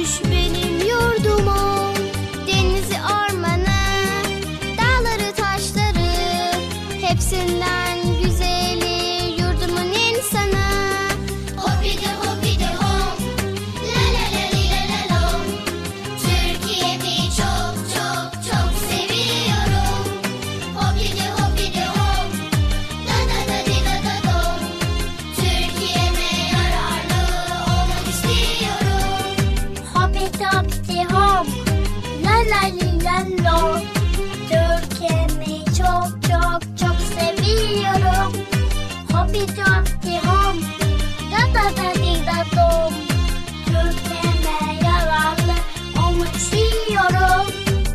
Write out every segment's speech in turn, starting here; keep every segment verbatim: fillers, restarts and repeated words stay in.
olmuş benim yurduma. Denizi, ormanı, dağları, taşları, hepsinden güzeli yurdumun insanı. Hopidi hopidi hom, la la la li la la lom. Türkiye'mi çok çok çok seviyorum. Hopidi hopidi hom, da da da di da da dom. Türkiye'me yararlı olmak istiyorum. Hopidi hopidi hom, la la li la lom. Türkiye'mi çok çok çok seviyorum. Hopidi hopidi hom, da da da di da dom. Türkiye'me yararlı olmak istiyorum.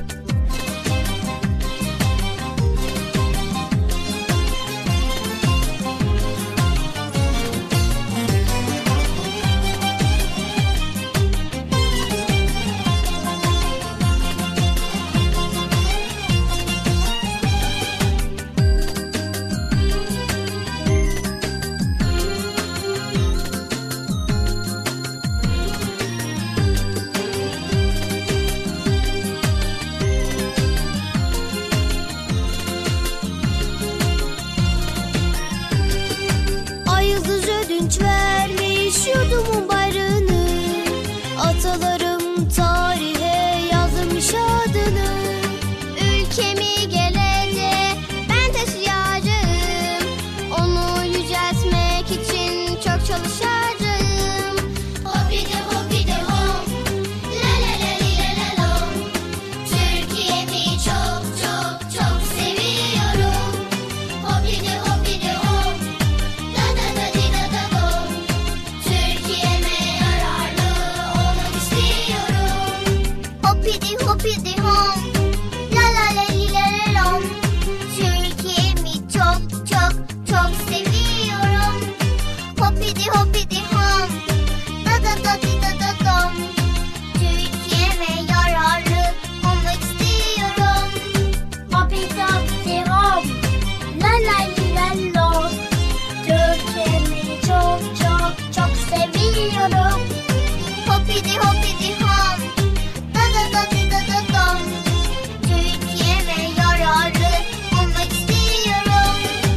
Ay yıldız ödünç vermiş yurdumun bayrağını. Atalarım tarihe yazmış adını. Ülkemi gelece ben taşıyacağım. Onu yüceltmek için çok çalışacağım. Hopidi hopidi hom, la la la li la la lom. Türkiye'mi çok çok çok seviyorum. Hopidi hopidi hom, da da da di da da dom. Türkiye'me yararlı olmak istiyorum. Hopidi hopidi hom, la la la li la la lom. Türkiye'mi çok çok çok seviyorum. Hopidi hopidi hom, da da da di da da dom. Türkiye'me yararlı olmak istiyorum. Hopidi hopidi hom, la la li la lom. Türkiye'mi çok çok çok seviyorum. Hopidi hopidi hom, da da da di da da dom. Türkiye'me yararlı olmak istiyorum.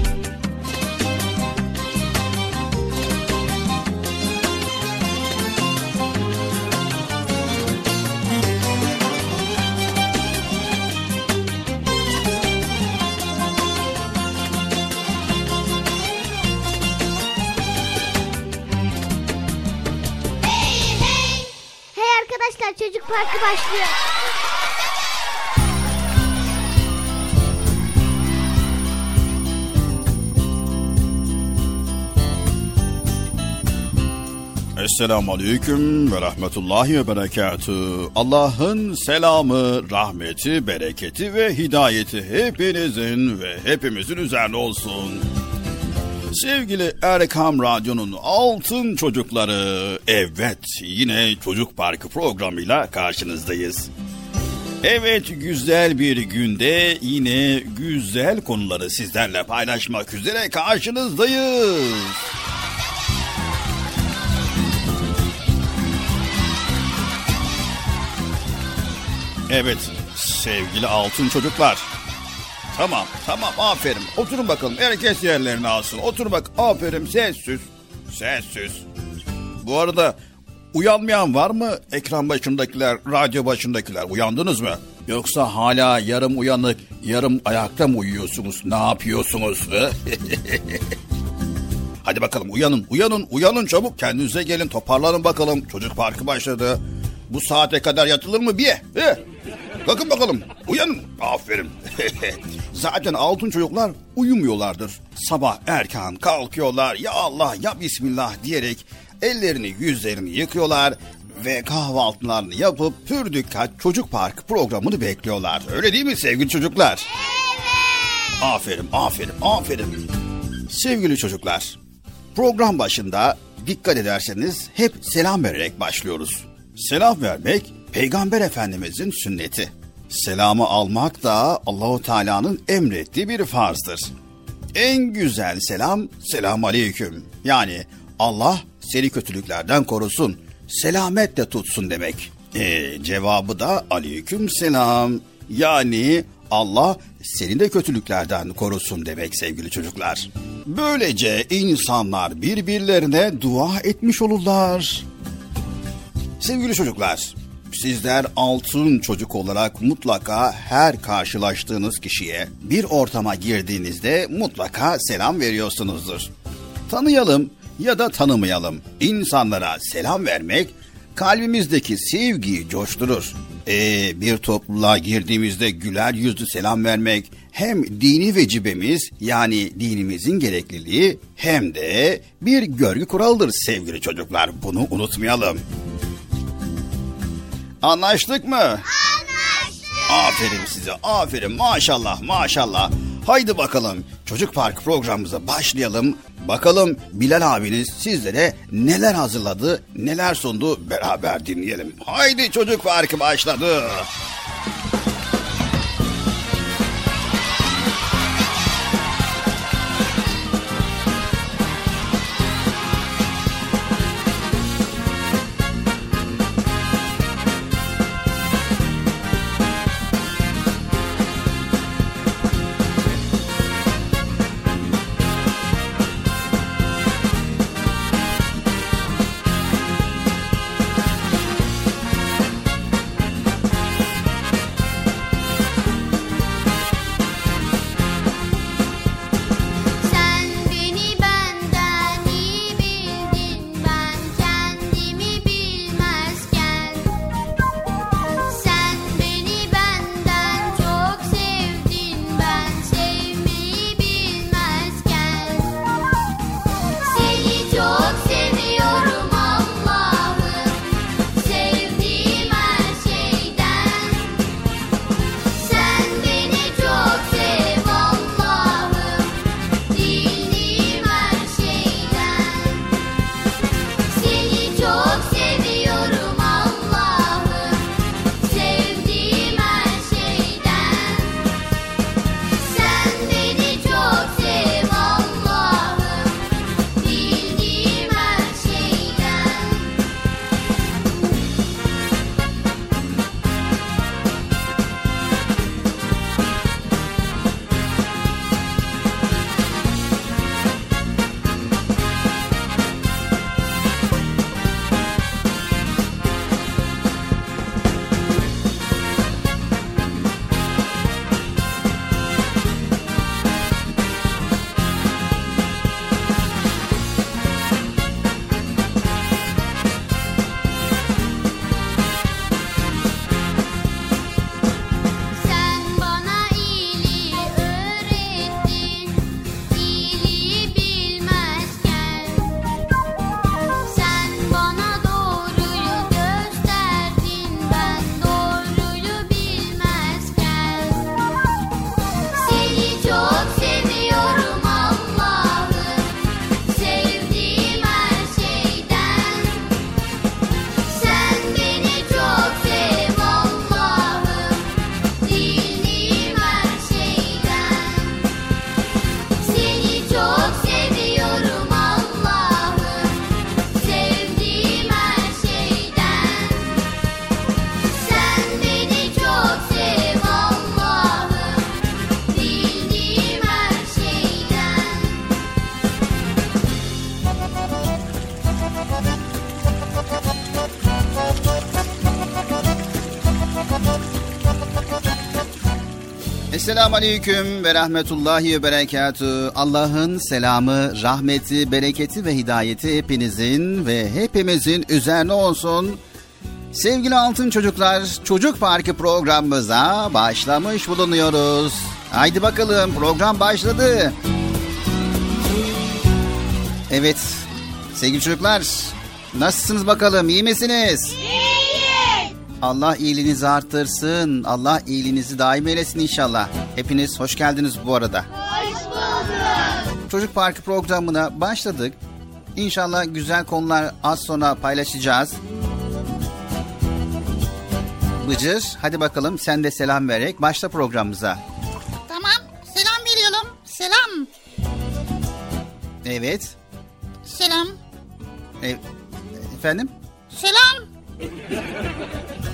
Hey hey! Hey arkadaşlar, çocuk parkı başlıyor. Esselamu Aleyküm ve Rahmetullahi ve Berekatühü. Allah'ın selamı, rahmeti, bereketi ve hidayeti hepinizin ve hepimizin üzerine olsun. Sevgili Erkam Radyo'nun altın çocukları, evet yine Çocuk Parkı programıyla karşınızdayız. Evet, güzel bir günde yine güzel konuları sizlerle paylaşmak üzere karşınızdayız. Evet sevgili altın çocuklar. Tamam tamam aferin. Oturun bakalım, herkes yerlerini alsın. Otur bak, aferin, sessiz. Sessiz. Bu arada uyanmayan var mı? Ekran başındakiler, radyo başındakiler, uyandınız mı? Yoksa hala yarım uyanık, yarım ayakta mı uyuyorsunuz? Ne yapıyorsunuz? Hadi bakalım uyanın, uyanın, uyanın çabuk. Kendinize gelin, toparlanın bakalım. Çocuk parkı başladı. Bu saate kadar yatılır mı bir? He? Kalkın bakalım, uyanın. Aferin. Zaten altın çocuklar uyumuyorlardır. Sabah erken kalkıyorlar. Ya Allah, ya Bismillah diyerek ellerini yüzlerini yıkıyorlar ve kahvaltılarını yapıp pür dikkat Çocuk Parkı programını bekliyorlar. Öyle değil mi sevgili çocuklar? Evet. Aferin, aferin, aferin. Sevgili çocuklar, program başında dikkat ederseniz hep selam vererek başlıyoruz. Selam vermek Peygamber Efendimizin sünneti. Selamı almak da Allahu Teala'nın emrettiği bir farzdır. En güzel selam selam aleyküm. Yani Allah seni kötülüklerden korusun, selametle tutsun demek. Ee, cevabı da aleyküm selam. Yani Allah seni de kötülüklerden korusun demek sevgili çocuklar. Böylece insanlar birbirlerine dua etmiş olurlar. Sevgili çocuklar, sizler altın çocuk olarak mutlaka her karşılaştığınız kişiye bir ortama girdiğinizde mutlaka selam veriyorsunuzdur. Tanıyalım ya da tanımayalım, İnsanlara selam vermek kalbimizdeki sevgiyi coşturur. Ee, bir topluluğa girdiğimizde güler yüzlü selam vermek hem dini vecibemiz, yani dinimizin gerekliliği, hem de bir görgü kuralıdır sevgili çocuklar. Bunu unutmayalım. Anlaştık mı? Anlaştık. Aferin size, aferin, maşallah maşallah. Haydi bakalım Çocuk Parkı programımıza başlayalım. Bakalım Bilal abiniz sizlere neler hazırladı, neler sundu, beraber dinleyelim. Haydi Çocuk Parkı başladı. Esselamu Aleyküm ve Rahmetullahi ve Berekatühü. Allah'ın selamı, rahmeti, bereketi ve hidayeti hepinizin ve hepimizin üzerine olsun. Sevgili altın çocuklar, Çocuk Parkı programımıza başlamış bulunuyoruz. Haydi bakalım, program başladı. Evet, sevgili çocuklar, nasılsınız bakalım, iyi misiniz? İyiyiz. Allah iyiliğinizi arttırsın, Allah iyiliğinizi daim eylesin inşallah. Hepiniz hoş geldiniz bu arada. Hoş bulduk. Çocuk Parkı programına başladık. İnşallah güzel konular az sonra paylaşacağız. Bıcır, hadi bakalım sen de selam vererek başla programımıza. Tamam, selam veriyorum. Selam. Evet. Selam. E, efendim? Selam.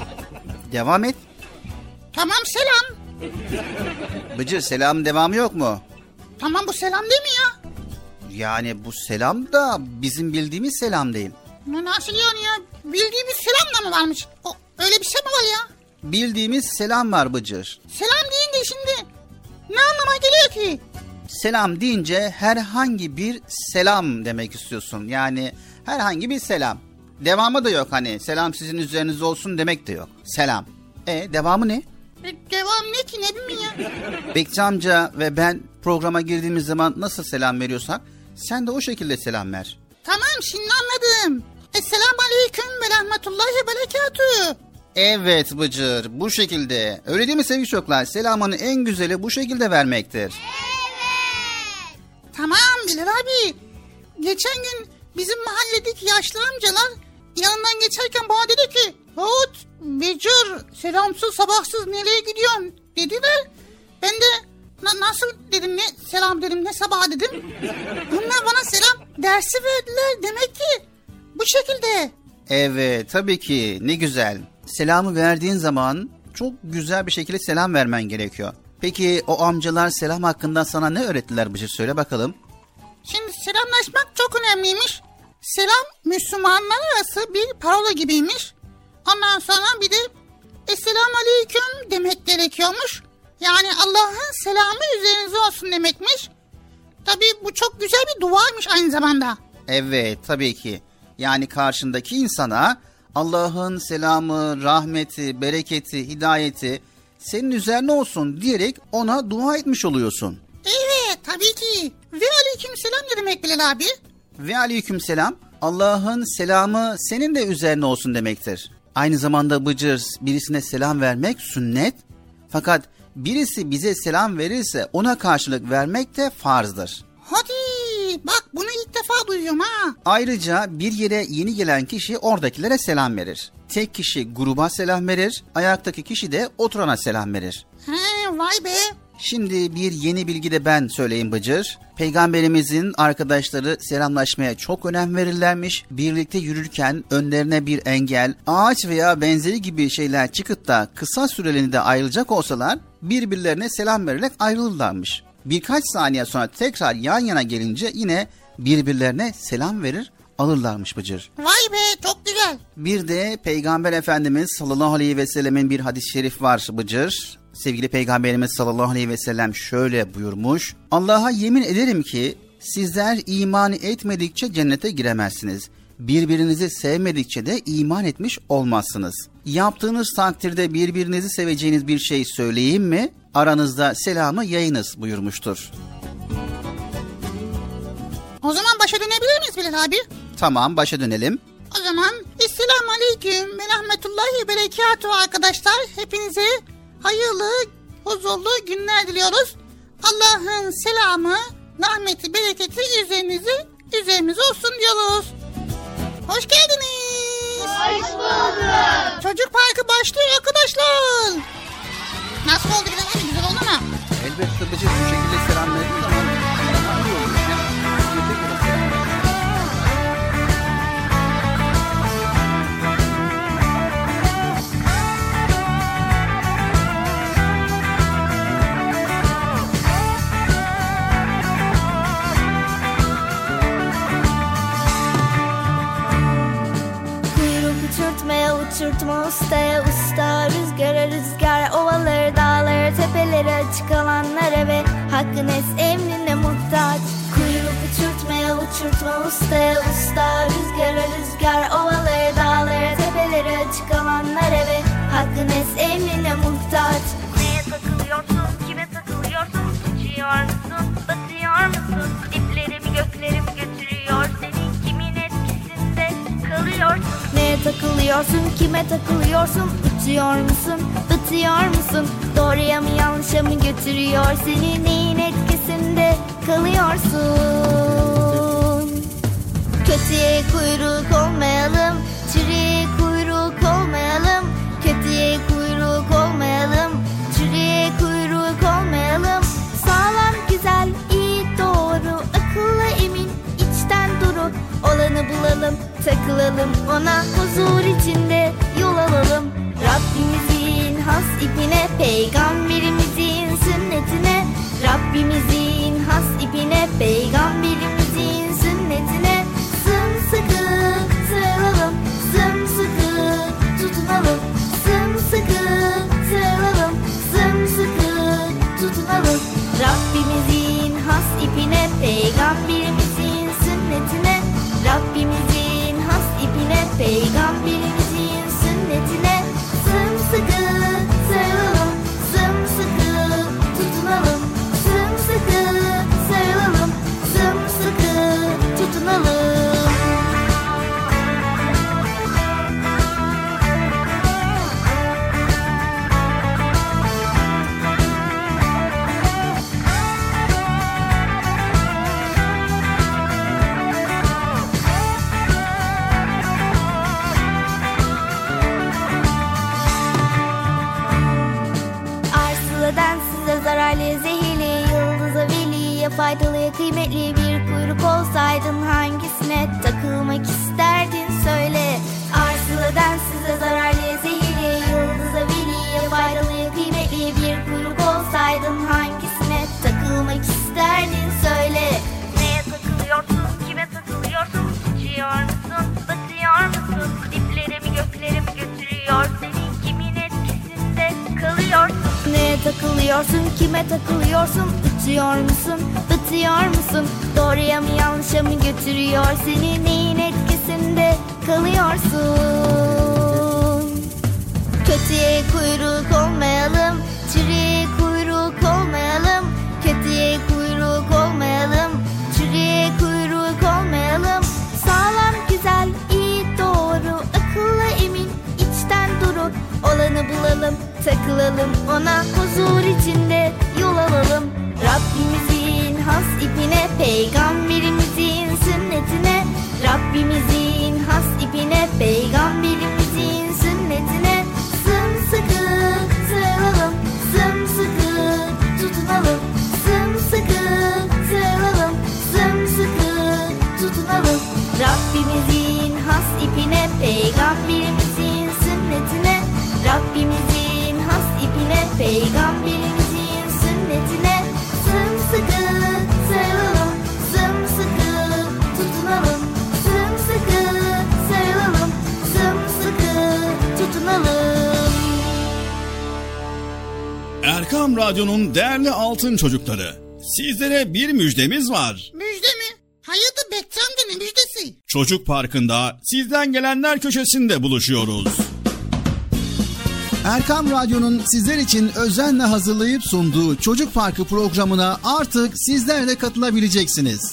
Devam et. Tamam selam. Bıcır, selamın devamı yok mu? Tamam bu selam değil mi ya? Yani bu selam da bizim bildiğimiz selam değil. Ne nasıl yani ya? Bildiğimiz selam da mı varmış? O, öyle bir şey mi var ya? Bildiğimiz selam var Bıcır. Selam deyince şimdi ne anlama geliyor ki? Selam deyince herhangi bir selam demek istiyorsun. Yani herhangi bir selam. Devamı da yok, hani selam sizin üzerinize olsun demek de yok. Selam. E devamı ne? E, devam ne ki, ne bileyim ya? Bekçi amca ve ben programa girdiğimiz zaman nasıl selam veriyorsak sen de o şekilde selam ver. Tamam şimdi anladım. Esselamu aleyküm ve rahmetullahi ve berekatühü. Evet Bıcır, bu şekilde. Öyle değil mi sevgili çocuklar? Selamını en güzeli bu şekilde vermektir. Tamam Bilal abi. Geçen gün bizim mahalledeki yaşlı amcalar yanından geçerken bana dedi ki Hut, Bıcır, selamsız sabahsız nereye gidiyorsun dediler. Ben de na- nasıl dedim, ne selam dedim, ne sabah dedim. Bunlar bana selam dersi verdiler, demek ki bu şekilde. Evet tabii ki, ne güzel. Selamı verdiğin zaman çok güzel bir şekilde selam vermen gerekiyor. Peki o amcalar selam hakkında sana ne öğrettiler Bıcır, söyle bakalım. Şimdi selamlaşmak çok önemliymiş. Selam Müslümanlar arası bir parola gibiymiş. Ondan sonra bir de Esselamu Aleyküm demek gerekiyormuş. Yani Allah'ın selamı üzerinize olsun demekmiş. Tabii bu çok güzel bir duaymış aynı zamanda. Evet tabii ki. Yani karşındaki insana Allah'ın selamı, rahmeti, bereketi, hidayeti senin üzerine olsun diyerek ona dua etmiş oluyorsun. Evet tabii ki. Ve aleyküm selam ne demek Bilal abi? Ve aleyküm selam, Allah'ın selamı senin de üzerine olsun demektir. Aynı zamanda Bıcır, birisine selam vermek sünnet. Fakat birisi bize selam verirse ona karşılık vermek de farzdır. Hadi bak bunu ilk defa duyuyorum ha. Ayrıca bir yere yeni gelen kişi oradakilere selam verir. Tek kişi gruba selam verir, ayaktaki kişi de oturana selam verir. He vay be. Şimdi bir yeni bilgi de ben söyleyeyim Bıcır. Peygamberimizin arkadaşları selamlaşmaya çok önem verirlermiş. Birlikte yürürken önlerine bir engel, ağaç veya benzeri gibi şeyler çıkıp da kısa süreliğine de ayrılacak olsalar birbirlerine selam vererek ayrılırlarmış. Birkaç saniye sonra tekrar yan yana gelince yine birbirlerine selam verir, alırlarmış Bıcır. Vay be çok güzel. Bir de Peygamber Efendimiz sallallahu aleyhi ve sellemin bir hadis-i şerif var Bıcır. Sevgili Peygamberimiz sallallahu aleyhi ve sellem şöyle buyurmuş. Allah'a yemin ederim ki sizler iman etmedikçe cennete giremezsiniz. Birbirinizi sevmedikçe de iman etmiş olmazsınız. Yaptığınız takdirde birbirinizi seveceğiniz bir şey söyleyeyim mi? Aranızda selamı yayınız buyurmuştur. O zaman başa dönebilir miyiz Bilal abi? Tamam, başa dönelim. O zaman Esselamu Aleyküm ve Rahmetullahi Berekatuhu arkadaşlar. Hepinize hayırlı, huzurlu günler diliyoruz. Allah'ın selamı, rahmeti, bereketi üzerinize, üzerimize olsun diyoruz. Hoş geldiniz. Hoş bulduk. Çocuk parkı başlıyor arkadaşlar. Nasıl oldu Bilal abi? Güzel oldu mu? Elbette Bıcır, bu şekilde selam verdiğin zaman daha iyi olur. Uçurtmaya uçurtma ustaya usta, rüzgara rüzgar, ovaları dağları tepeleri açık alanlara ve hakkın es emrine muhtaç. Kuyruk uçurtmaya uçurtma ustaya usta, rüzgara rüzgar, ovaları dağları tepeleri açık alanlara ve hakkın es emrine muhtaç. Neye takılıyorsun, kime takılıyorsun, uçuyor musun, batıyor musun, diplerimi göklerim götürüyor seni, kimin etkisinde kalıyorsun? Neye takılıyorsun, kime takılıyorsun, uçuyor musun, batıyor musun, doğruya mı yanlışa mı götürüyor seni, neyin etkisinde kalıyorsun? Kötüye kuyruk olmayalım, çürüye kuyruk olmayalım, kötüye kuyruk olmayalım, çürüye kuyruk olmayalım. Sağlam, güzel, iyi, doğru, akıllı, emin, içten duru olanı bulalım, takılalım ona, huzur içinde yol alalım. Rabbimizi kıymetli bir kuyruk olsaydın hangisine takılmak isterdin söyle. Arsılı densize zararlı zehirli yıldıza veliye faydalı kıymetli bir kuyruk olsaydın hangisine takılmak isterdin söyle. Neye takılıyorsun, kime takılıyorsun? Uçuyor musun, batıyor musun? Diplerimi göklerimi götürüyor seni, kimin etkisinde kalıyorsun? Neye takılıyorsun, kime takılıyorsun? Uçuyor musun, batıyor musun? Doğruya mı yanlışa mı götürüyor seni? Neyin etkisinde kalıyorsun? Kötüye kuyruk olmayalım, çürüye kuyruk olmayalım. Kötüye kuyruk olmayalım, çürüye kuyruk olmayalım. Sağlam, güzel, iyi, doğru, akıllı, emin, içten duru olanı bulalım, takılalım ona, huzur içinde yol alalım. Rabbimizin has ipine, peygamberimizin sünnetine. Rabbimizin has ipine, peygamberimizin sünnetine sımsıkı sarılalım, sımsıkı tutunalım, sımsıkı sarılalım, sımsıkı tutunalım. Rabbimizin has ipine, peygamberimizin sünnetine. Rabbimizin has ipine, peygamberimizin sünnetine sımsıkı sarılalım, sımsıkı tutunalım, sımsıkı sarılalım, sımsıkı tutunalım. Erkam Radyo'nun değerli altın çocukları, sizlere bir müjdemiz var. Müjde mi? Hayırdır Bekçi amca, ne müjdesi? Çocuk Parkı'nda sizden gelenler köşesinde buluşuyoruz. Erkam Radyo'nun sizler için özenle hazırlayıp sunduğu Çocuk Parkı programına artık sizler de katılabileceksiniz.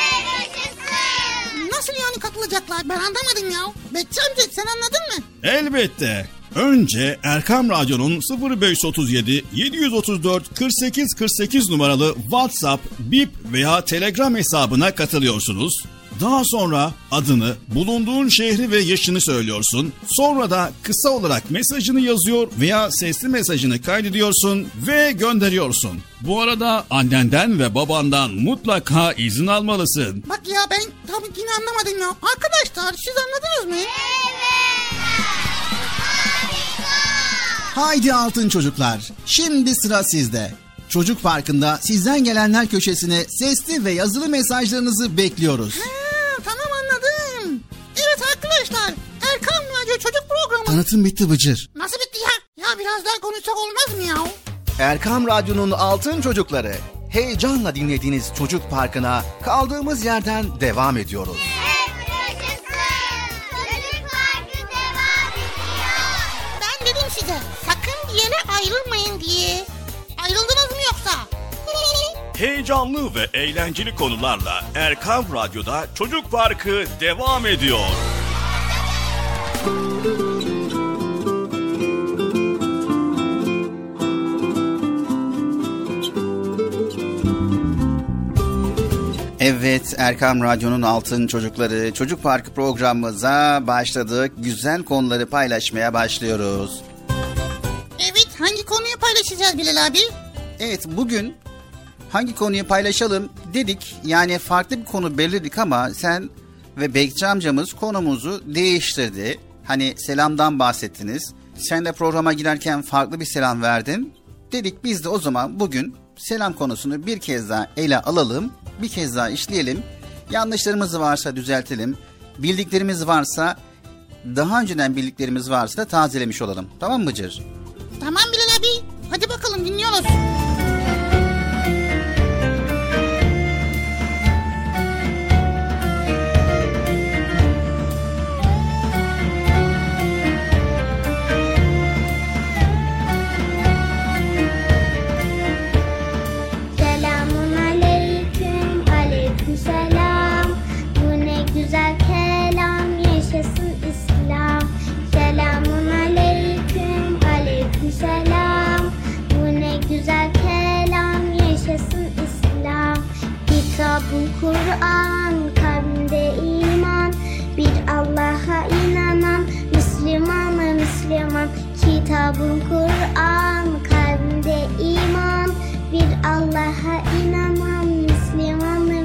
Nasıl yani katılacaklar, ben anlamadım ya. Bekçi amca sen anladın mı? Elbette. Önce Erkam Radyo'nun sıfır beş otuz yedi yedi otuz dört kırk sekiz kırk sekiz numaralı WhatsApp, Bip veya Telegram hesabına katılıyorsunuz. Daha sonra adını, bulunduğun şehri ve yaşını söylüyorsun. Sonra da kısa olarak mesajını yazıyor veya sesli mesajını kaydediyorsun ve gönderiyorsun. Bu arada annenden ve babandan mutlaka izin almalısın. Bak ya, ben tabii yine anlamadım ya. Arkadaşlar siz anladınız mı? Haydi altın çocuklar, şimdi sıra sizde. Çocuk Parkı'nda sizden gelenler köşesine sesli ve yazılı mesajlarınızı bekliyoruz. Ha, tamam anladım. Evet arkadaşlar, Erkam Radyo Çocuk Programı. Tanıtım bitti Bıcır. Nasıl bitti ya? Ya biraz daha konuşsak olmaz mı ya? Erkam Radyo'nun altın çocukları, heyecanla dinlediğiniz Çocuk Parkı'na kaldığımız yerden devam ediyoruz. Çocuk Parkı devam ediyor. Ben dedim size, sakın bir yere ayrılmayın diye. Ayrıldınız mı yoksa? Heyecanlı ve eğlenceli konularla Erkam Radyo'da Çocuk Parkı devam ediyor. Evet, Erkam Radyo'nun altın çocukları, Çocuk Parkı programımıza başladık. Güzel konuları paylaşmaya başlıyoruz. Evet, hangi konuyu paylaşacağız Bilal abi? Evet, bugün hangi konuyu paylaşalım dedik. Yani farklı bir konu belirledik ama sen ve Bekçi amcamız konumuzu değiştirdi. Hani selamdan bahsettiniz. Sen de programa girerken farklı bir selam verdin. Dedik biz de o zaman bugün selam konusunu bir kez daha ele alalım. Bir kez daha işleyelim. Yanlışlarımız varsa düzeltelim. Bildiklerimiz varsa, daha önceden bildiklerimiz varsa da tazelemiş olalım. Tamam mı Bıcır? Tamam Bilal abi, hadi bakalım dinliyoruz. Selamun aleyküm, aleykümselam. Bu ne güzel kelam, yaşasın İslam. Selamun aleyküm, aleykümselam. Bu ne güzel kelam, yaşasın İslam. Kitabın Kur'an, kalbimde iman. Bir Allah'a inanan, Müslümanı Müslüman. Kitabın Kur'an, kalbimde iman. Bir Allah'a inanan, Müslümanı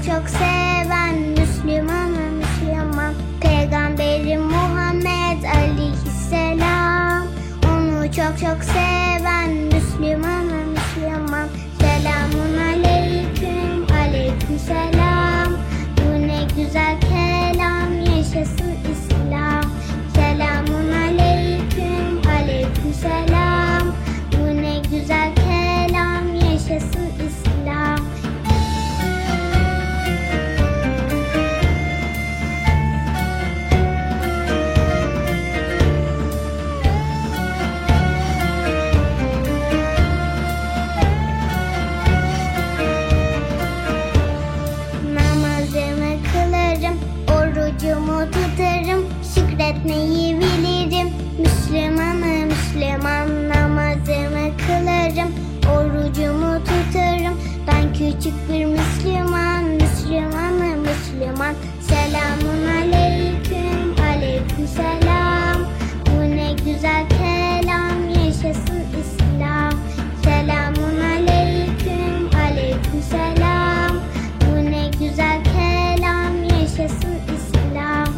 çok seven Müslümanım Müslüman. Peygamberim Muhammed aleyhisselam. Onu çok çok seven Müslümanım Müslüman. Selamun aleyküm aleyküm selam. Bu ne güzel kelam, yaşasın İslam. Selamun aleyküm aleyküm selam. Bu ne güzel kelam, yaşasın İslam. Namazımı kılarım, orucumu tutarım, şükretmeyi bilirim. Müslümanım Müslüman. Namazımı kılarım, orucumu tutarım. Ben küçük bir Müslüman, Müslümanım Müslüman. Selamun aleyküm aleyküm selam. Bu ne güzel kelam, yaşasın İslam. Selamun aleyküm aleyküm selam. Bu ne güzel kelam, yaşasın İslam.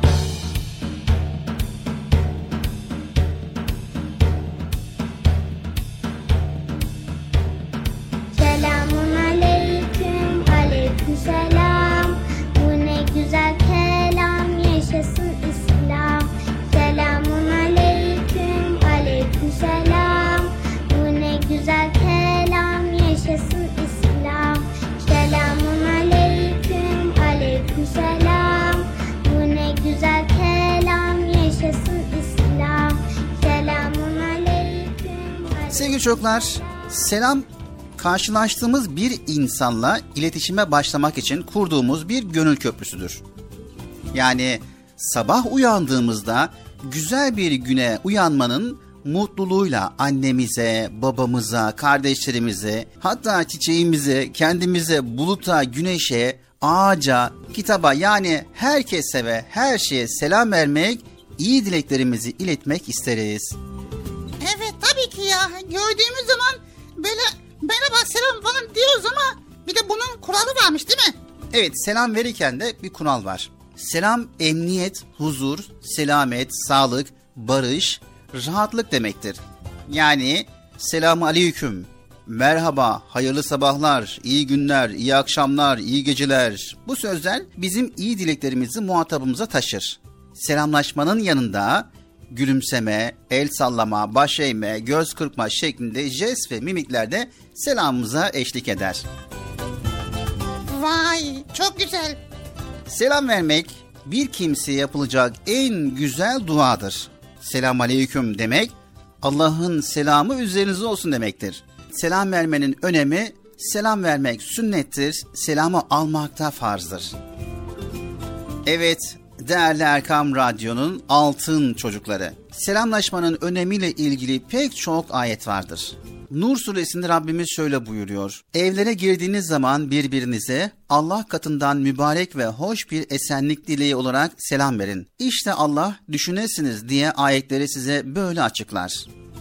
Selamun aleyküm aleyküm selam. Bu ne güzel kelam, yaşasın İslam. Selamun aleyküm aleyküm selam. Bu ne güzel kelam, yaşasın İslam. Selamun aleyküm aleyküm selam. Bu ne güzel kelam, yaşasın İslam. Selamun aleyküm. Sevgili çocuklar, selam karşılaştığımız bir insanla iletişime başlamak için kurduğumuz bir gönül köprüsüdür. Yani sabah uyandığımızda güzel bir güne uyanmanın mutluluğuyla annemize, babamıza, kardeşlerimize, hatta çiçeğimize, kendimize, buluta, güneşe, ağaca, kitaba, yani herkese ve her şeye selam vermek, iyi dileklerimizi iletmek isteriz. Evet tabii ki ya. Gördüğümüz zaman böyle merhaba selam falan diyoruz ama bir de bunun kuralı varmış değil mi? Evet, selam verirken de bir kural var. Selam emniyet, huzur, selamet, sağlık, barış, rahatlık demektir. Yani selamu aleyküm, merhaba, hayırlı sabahlar, iyi günler, iyi akşamlar, iyi geceler. Bu sözler bizim iyi dileklerimizi muhatabımıza taşır. Selamlaşmanın yanında gülümseme, el sallama, baş eğme, göz kırpma şeklinde jest ve mimiklerde selamımıza eşlik eder. Vay çok güzel. Selam vermek bir kimseye yapılacak en güzel duadır. Selam aleyküm demek, Allah'ın selamı üzerinize olsun demektir. Selam vermenin önemi, selam vermek sünnettir, selamı almak da farzdır. Evet, değerli Erkam Radyo'nun altın çocukları, selamlaşmanın önemiyle ilgili pek çok ayet vardır. Nur suresinde Rabbimiz şöyle buyuruyor: evlere girdiğiniz zaman birbirinize Allah katından mübarek ve hoş bir esenlik dileği olarak selam verin. İşte Allah düşünesiniz diye ayetleri size böyle açıklar.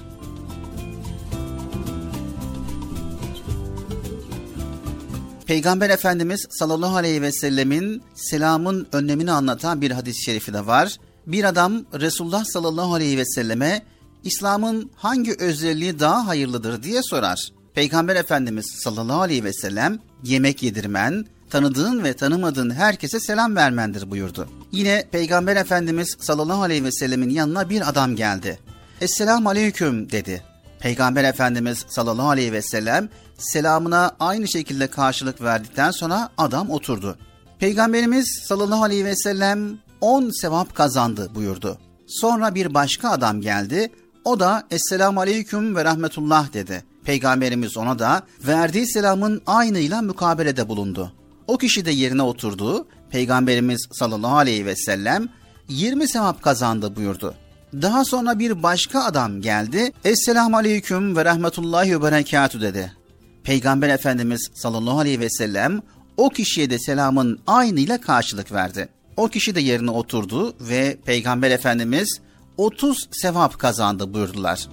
Peygamber Efendimiz sallallahu aleyhi ve sellemin selamın önemini anlatan bir hadis-i şerifi de var. Bir adam Resulullah sallallahu aleyhi ve selleme İslam'ın hangi özelliği daha hayırlıdır diye sorar. Peygamber Efendimiz sallallahu aleyhi ve sellem yemek yedirmen, tanıdığın ve tanımadığın herkese selam vermendir buyurdu. Yine Peygamber Efendimiz sallallahu aleyhi ve sellemin yanına bir adam geldi. Esselamu aleyküm dedi. Peygamber Efendimiz sallallahu aleyhi ve sellem selamına aynı şekilde karşılık verdikten sonra adam oturdu. Peygamberimiz sallallahu aleyhi ve sellem on sevap kazandı buyurdu. Sonra bir başka adam geldi. O da Esselamu aleyküm ve rahmetullah dedi. Peygamberimiz ona da verdiği selamın aynıyla mukabelede bulundu. O kişi de yerine oturdu. Peygamberimiz sallallahu aleyhi ve sellem yirmi sevap kazandı buyurdu. Daha sonra bir başka adam geldi. Esselamu aleyküm ve rahmetullahi ve berekatü dedi. Peygamber Efendimiz sallallahu aleyhi ve sellem o kişiye de selamın aynıyla karşılık verdi. O kişi de yerine oturdu ve Peygamber Efendimiz otuz sevap kazandı buyurdular.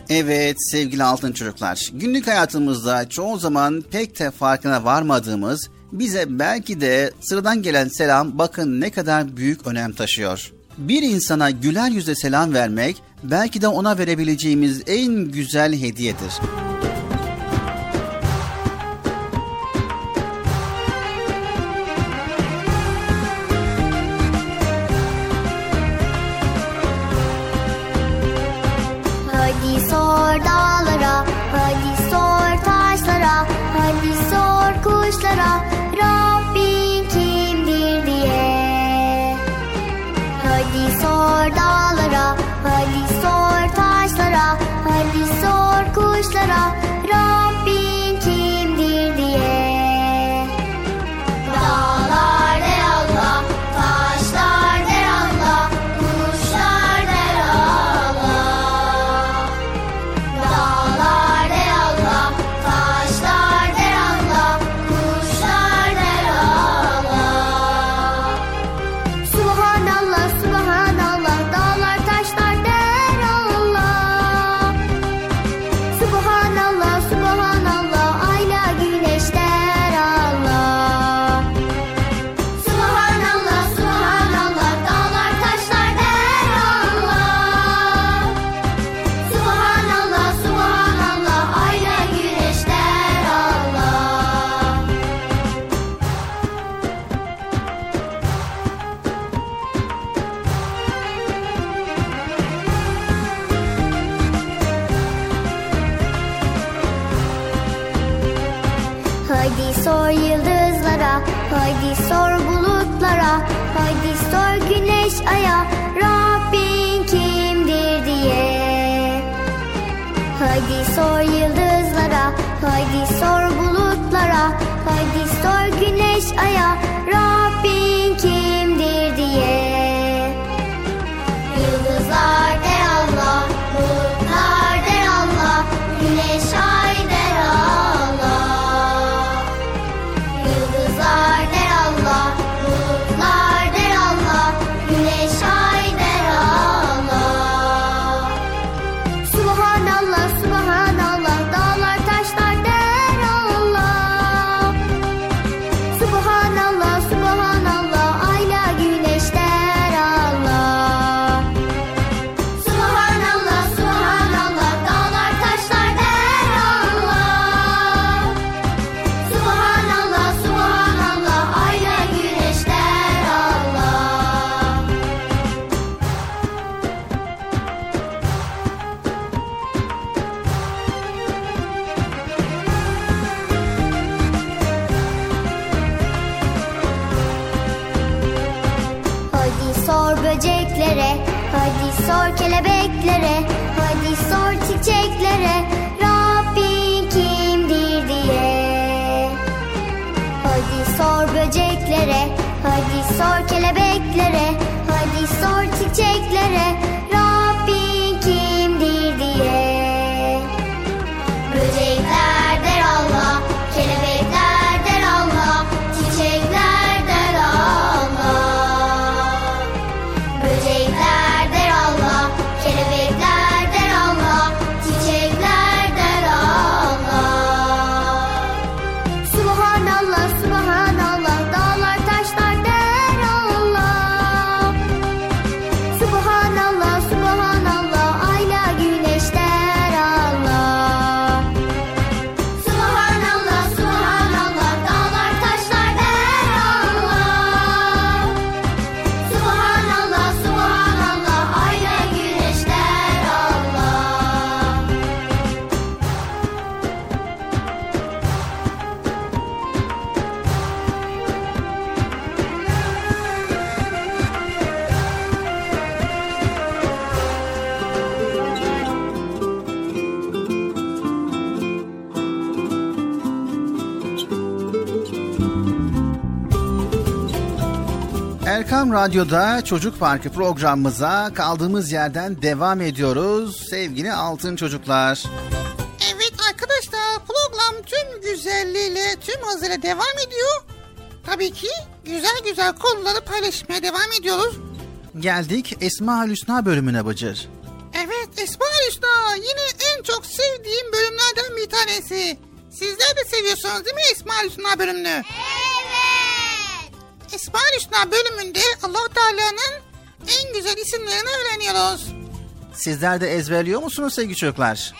Evet sevgili altın çocuklar, günlük hayatımızda çoğu zaman pek de farkına varmadığımız, bize belki de sıradan gelen selam bakın ne kadar büyük önem taşıyor. Bir insana güler yüzle selam vermek belki de ona verebileceğimiz en güzel hediyedir. Hadi sor dağlara, hadi sor taşlara, hadi sor kuşlara, Rabbin kimdir diye. Hadi sor dağlara, hadi sor taşlara, hadi sor kuşlara, Rabbin kimdir diye. Dağlar der Allah, taşlar der Allah, kuşlar der Allah. Dağlar der Allah, taşlar der Allah, kuşlar der Allah. Subhanallah, subhanallah, dağlar taşlar der Allah. Subhanallah, subhanallah, ayla güneş der Allah. Subhanallah, subhanallah, dağlar taşlar der Allah. Subhanallah, subhanallah, ayla güneş der Allah. Hadi sor yıldızlara, hadi sor bulutlara, hadi sor güneş aya, Rabbin kimdir diye. Hadi sor yıldızlara, hadi sor bulutlara, hadi sor güneş aya, Rabbin kimdir diye. Yıldızlar der Allah, bulutlar der Allah, güneş ay der Allah. Yıldızlar der Allah, bulutlar der Allah, güneş ay der Allah. Subhanallah, subhanallah, dağlar taşlar der Allah. Subhanallah, subhanallah, ayla güneş der Allah. Subhanallah, subhanallah, dağlar taşlar der Allah. Subhanallah, subhanallah, ayla güneş der Allah. Hadi sor böceklere, hadi sor kelebeklere, hadi sor çiçeklere, Rabbin kimdir diye. Hadi sor böceklere, hadi sor kelebeklere, hadi sor çiçeklere, Rabbin kimdir diye. Böcekler der Allah, kelebekler der Allah, çiçekler der Allah. Böcekler der Allah, kelebekler der Allah, çiçekler der Allah. Subhanallah, subhanallah, dağlar taşlar der Allah. Subhanallah, subhanallah, ayla güneş der Allah. Subhanallah, subhanallah, dağlar taşlar der Allah. Subhanallah, subhanallah, ayla güneş der Allah. Erkam Radyo'da Çocuk Parkı programımıza kaldığımız yerden devam ediyoruz sevgili altın çocuklar. Evet arkadaşlar, program tüm güzelliğiyle, tüm hızıyla devam ediyor. Tabii ki güzel güzel konuları paylaşmaya devam ediyoruz. Geldik Esma-ül Hüsna bölümüne Bıcır. Evet Esma-ül Hüsna yine en çok sevdiğim bölümlerden bir tanesi. Sizler de seviyorsunuz değil mi Esma-ül Hüsna bölümünü? Evet. Esma-ül Hüsna bölümünde Allah-u Teala'nın en güzel isimlerini öğreniyoruz. Sizler de ezberliyor musunuz sevgili çocuklar?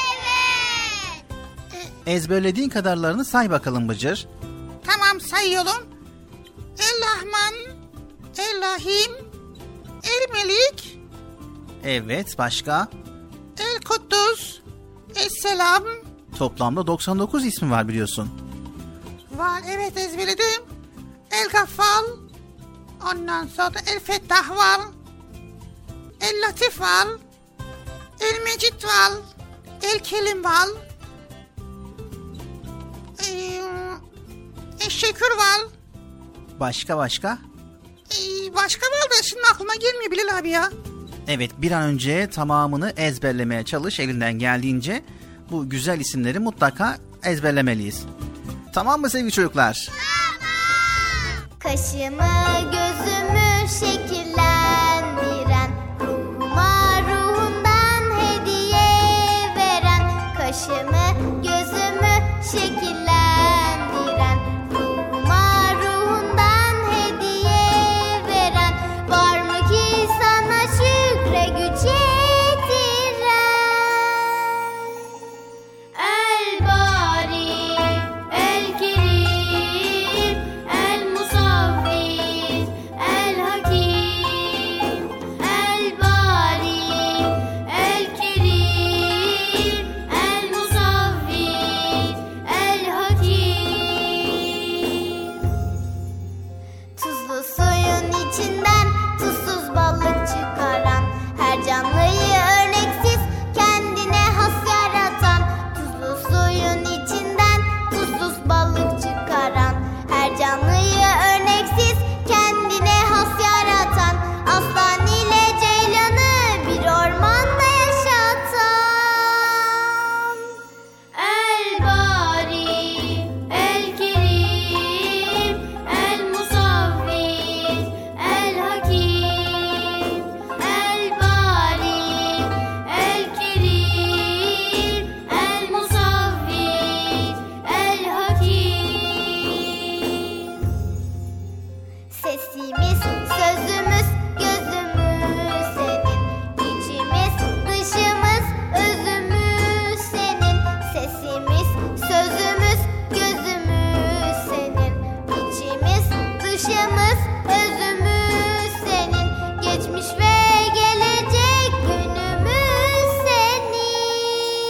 Evet. Ezberlediğin kadarlarını say bakalım Bıcır. Tamam sayıyorum. El-Rahman, El-Rahim, El-Melik, Evet, başka? El-Kuddus, Es-Selam. Toplamda doksan dokuz ismi var biliyorsun. Var evet ezberledim. El-Gaffal, ondan sonra El-Fettah var. El-Latif var. El-Mecid var. El-Kelim var. Ee, El-Şekür var. Başka başka? Ee, başka var da şimdi aklıma gelmiyor Bilal abi ya. Evet, bir an önce tamamını ezberlemeye çalış elinden geldiğince. Bu güzel isimleri mutlaka ezberlemeliyiz. Tamam mı sevgili çocuklar? Kaşımı gözümü şekillendiren, ruhuma ruhundan hediye veren, kaşımı gözümü şekillendiren, ruhuma ruhundan hediye veren, var mı ki sana şükre güç yetiren? El Bari, El Kerim, El Musavvir, El Hakim, El Bari, El Kerim, El Musavvir, El Hakim. Tuzlu suyun içinden tuzsuz balık çıkaran, her canlıyı örneksiz kendine has yaratan, tuzlu suyun içinden tuzsuz balık çıkaran, her canlıyı örneksiz kendine has yaratan, aslan ile ceylanı bir ormanda yaşatan. El Bari, El Kerim, El Musavvir, El Hakim, El Bari, El Kerim, El Musavvir, El Hakim. Sesimiz, sözümüz, gözümüz senin, içimiz, dışımız, özümüz senin. Sesimiz, sözümüz, gözümüz senin, içimiz, dışımız, özümüz senin. Geçmiş ve gelecek günümüz senin.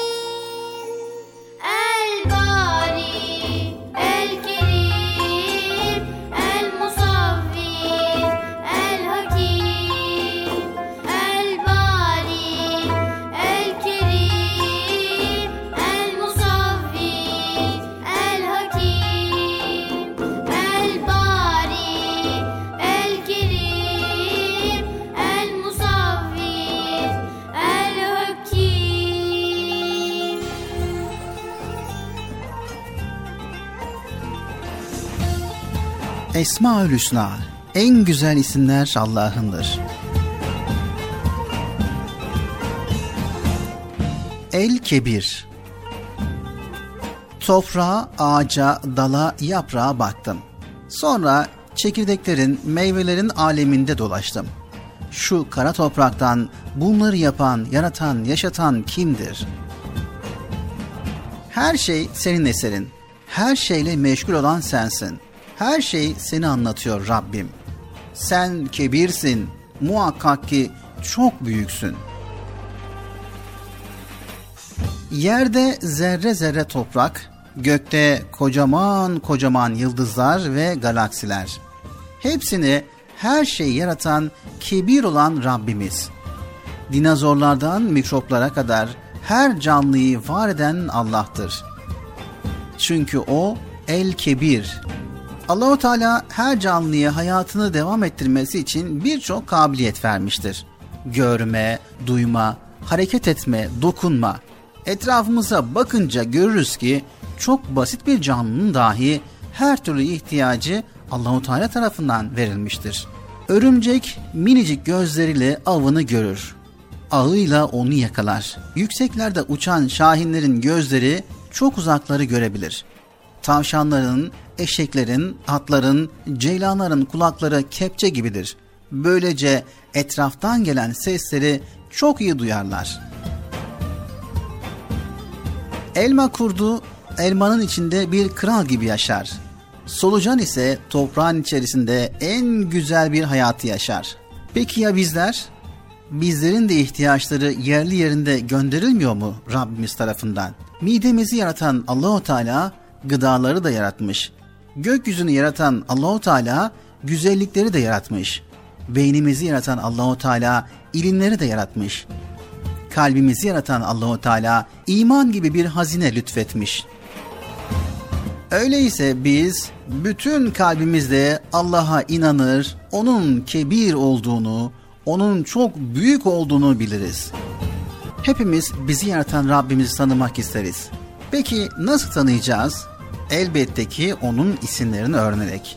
El Bari, El Kerim, El Musavvir, El Hakim, El Bari, El Kerim, El Musavvir, El Hakim, El Bari, El Kerim, El Musavvir, El Hakim. Esma-ül Hüsna, en güzel isimler Allah'ındır. El-Kebir. Toprağa, ağaca, dala, yaprağa baktım. Sonra çekirdeklerin, meyvelerin aleminde dolaştım. Şu kara topraktan bunları yapan, yaratan, yaşatan kimdir? Her şey senin eserin. Her şeyle meşgul olan sensin. Her şey seni anlatıyor Rabbim. Sen kebirsin, muhakkak ki çok büyüksün. Yerde zerre zerre toprak, gökte kocaman kocaman yıldızlar ve galaksiler. Hepsini, her şeyi yaratan, kebir olan Rabbimiz. Dinozorlardan mikroplara kadar her canlıyı var eden Allah'tır. Çünkü O El-Kebir. Allah-u Teala her canlıya hayatını devam ettirmesi için birçok kabiliyet vermiştir. Görme, duyma, hareket etme, dokunma. Etrafımıza bakınca görürüz ki çok basit bir canlının dahi her türlü ihtiyacı Allah-u Teala tarafından verilmiştir. Örümcek minicik gözleriyle avını görür. ağıyla onu yakalar. Yükseklerde uçan şahinlerin gözleri çok uzakları görebilir. Tavşanların, eşeklerin, atların, ceylanların kulakları kepçe gibidir. Böylece etraftan gelen sesleri çok iyi duyarlar. Elma kurdu elmanın içinde bir kral gibi yaşar. Solucan ise toprağın içerisinde en güzel bir hayatı yaşar. Peki ya bizler? Bizlerin de ihtiyaçları yerli yerinde gönderilmiyor mu Rabbimiz tarafından? Midemizi yaratan Allahu Teala gıdaları da yaratmış. Gökyüzünü yaratan Allahu Teala güzellikleri de yaratmış. Beynimizi yaratan Allahu Teala ilimleri de yaratmış. Kalbimizi yaratan Allahu Teala iman gibi bir hazine lütfetmiş. Öyleyse biz bütün kalbimizle Allah'a inanır, onun kebir olduğunu, onun çok büyük olduğunu biliriz. Hepimiz bizi yaratan Rabbimizi tanımak isteriz. Peki nasıl tanıyacağız? Elbette ki onun isimlerini öğrenerek.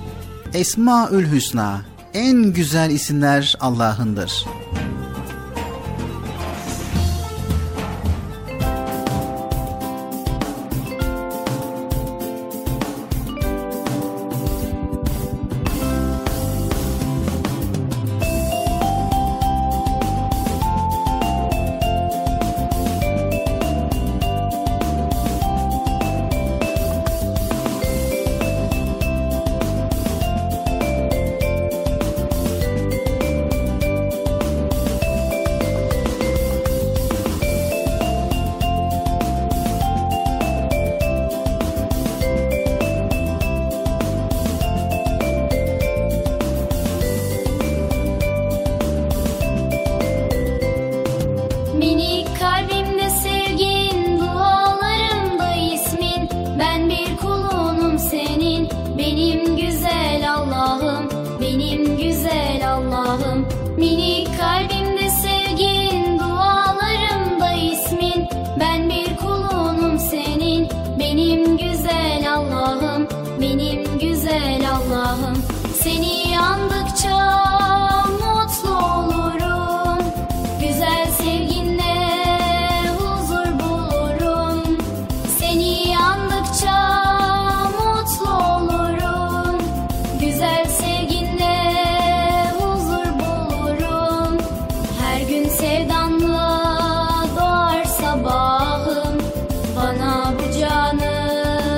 Esmaül Hüsna, en güzel isimler Allah'ındır.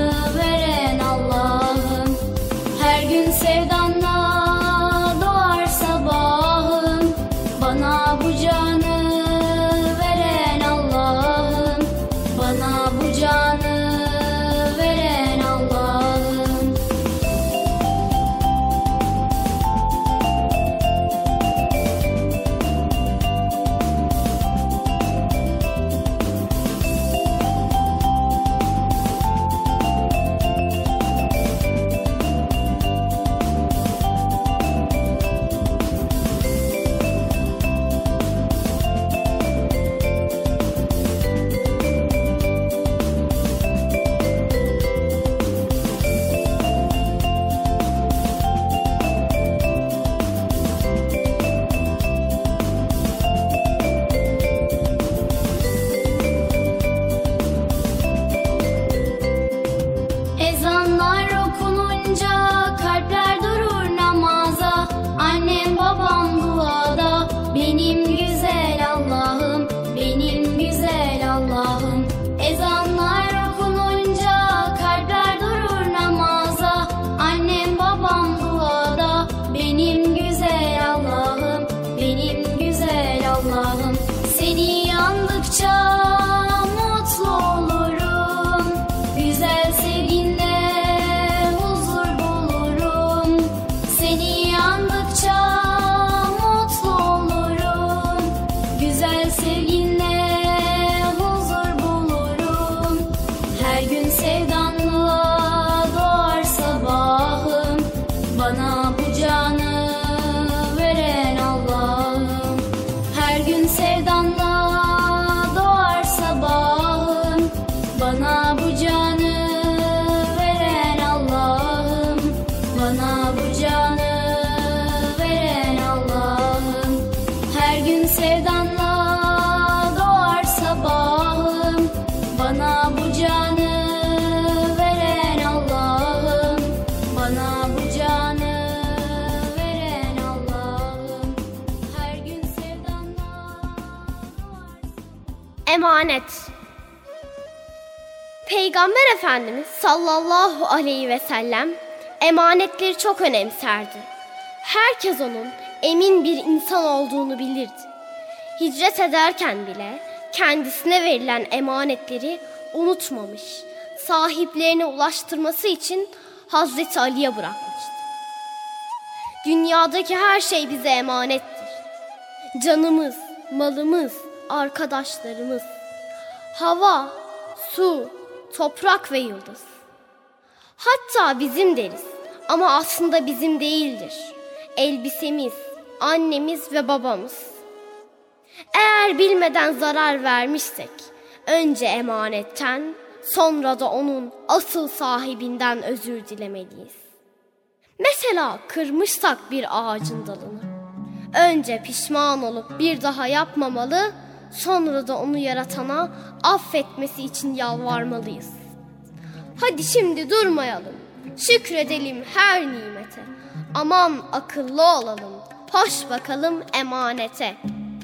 Sevdanla doğar Emanet. Peygamber Efendimiz sallallahu aleyhi ve sellem emanetleri çok önemserdi. Herkes onun emin bir insan olduğunu bilirdi. Hicret ederken bile kendisine verilen emanetleri unutmamış, sahiplerine ulaştırması için Hazreti Ali'ye bırakmıştı. Dünyadaki her şey bize emanettir. Canımız, malımız, arkadaşlarımız, hava, su, toprak ve yıldız. Hatta bizim deriz ama aslında bizim değildir. Elbisemiz, annemiz ve babamız. Eğer bilmeden zarar vermişsek, önce emanetten, sonra da onun asıl sahibinden özür dilemeliyiz. Mesela kırmışsak bir ağacın dalını, önce pişman olup bir daha yapmamalı, sonra da onu yaratana affetmesi için yalvarmalıyız. Hadi şimdi durmayalım, şükredelim her nimete. Aman akıllı olalım, hoş bakalım emanete.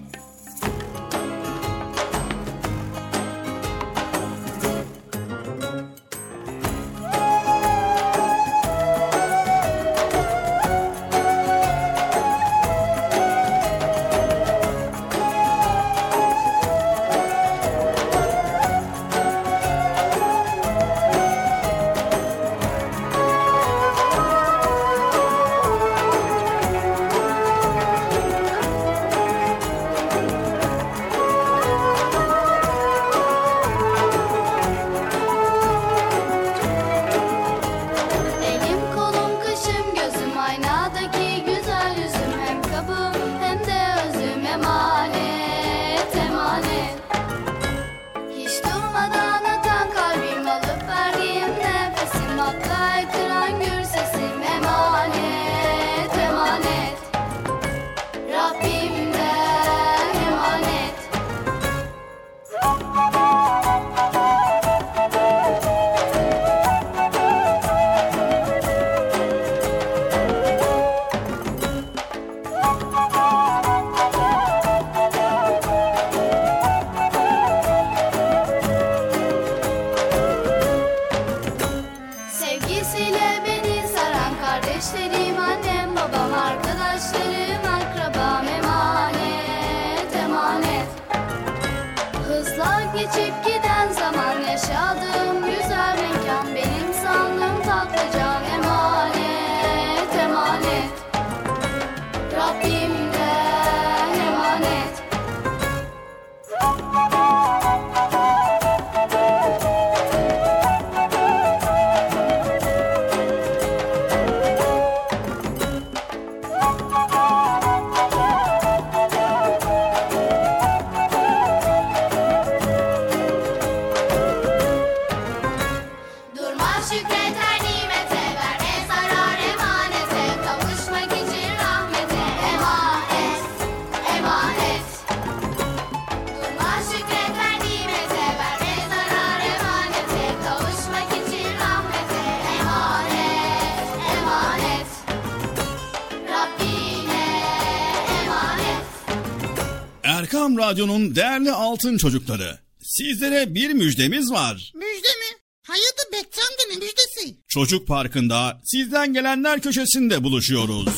Erkam Radyo'nun değerli altın çocukları, sizlere bir müjdemiz var. Müjde mi? Hayırdır Bekçi amca, ne müjdesi? Çocuk Parkı'nda sizden gelenler köşesinde buluşuyoruz.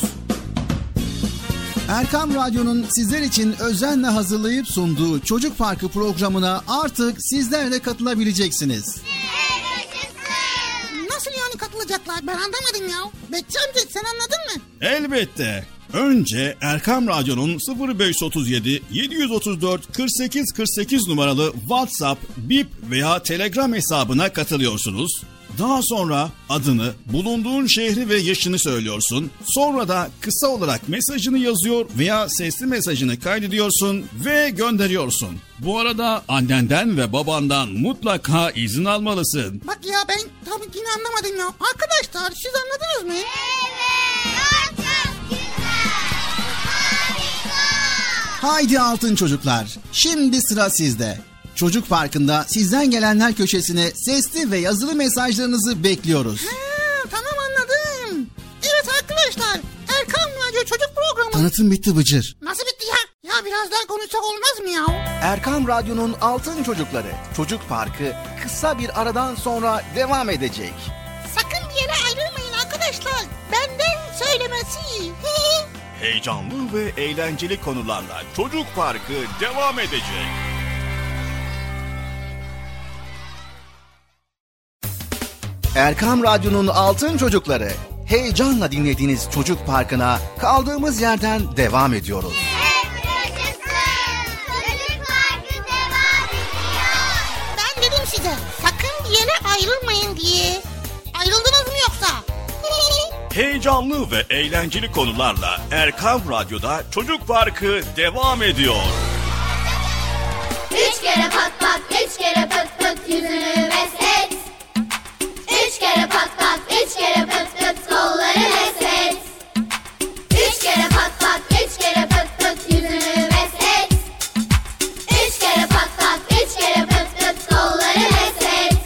Erkam Radyo'nun sizler için özenle hazırlayıp sunduğu Çocuk Parkı programına artık sizler de katılabileceksiniz. Nasıl yani katılacaklar? Ben anlamadım ya. Bekçi amca, sen anladın mı? Elbette. Önce Erkam Radyo'nun sıfır beş otuz yedi yedi otuz dört kırk sekiz kırk sekiz numaralı WhatsApp, Bip veya Telegram hesabına katılıyorsunuz. Daha sonra adını, bulunduğun şehri ve yaşını söylüyorsun. Sonra da kısa olarak mesajını yazıyor veya sesli mesajını kaydediyorsun ve gönderiyorsun. Bu arada annenden ve babandan mutlaka izin almalısın. Bak ya, ben tabii yine anlamadım ya. Arkadaşlar, siz anladınız mı? Evet, çok güzel, harika. Haydi altın çocuklar, şimdi sıra sizde. Çocuk Parkı'nda sizden gelenler köşesine sesli ve yazılı mesajlarınızı bekliyoruz. Ha, tamam, anladım. Evet arkadaşlar, Erkam Radyo Çocuk Programı. Tanıtım bitti Bıcır. Nasıl bitti ya? Ya biraz biraz daha konuşsak olmaz mı ya? Erkam Radyo'nun Altın Çocukları Çocuk Parkı kısa bir aradan sonra devam edecek. Sakın bir yere ayrılmayın arkadaşlar. Benden söylemesi. Heyecanlı ve eğlenceli konularla Çocuk Parkı devam edecek. Erkam Radyo'nun Altın Çocukları, heyecanla dinlediğiniz Çocuk Parkı'na kaldığımız yerden devam ediyoruz. Çocuk Parkı devam ediyor. Ben dedim size sakın bir yere ayrılmayın diye. Ayrıldınız mı yoksa? Heyecanlı ve eğlenceli konularla Erkam Radyo'da Çocuk Parkı devam ediyor. Üç kere pat pat, üç kere pıt pıt yüzünü meslet. Üç kere pat pat, üç kere pıt pıt kolları meslet. Üç kere pat pat, üç kere pıt pıt yüzünü meslet. Üç kere pat pat, üç kere pıt pıt kolları meslet.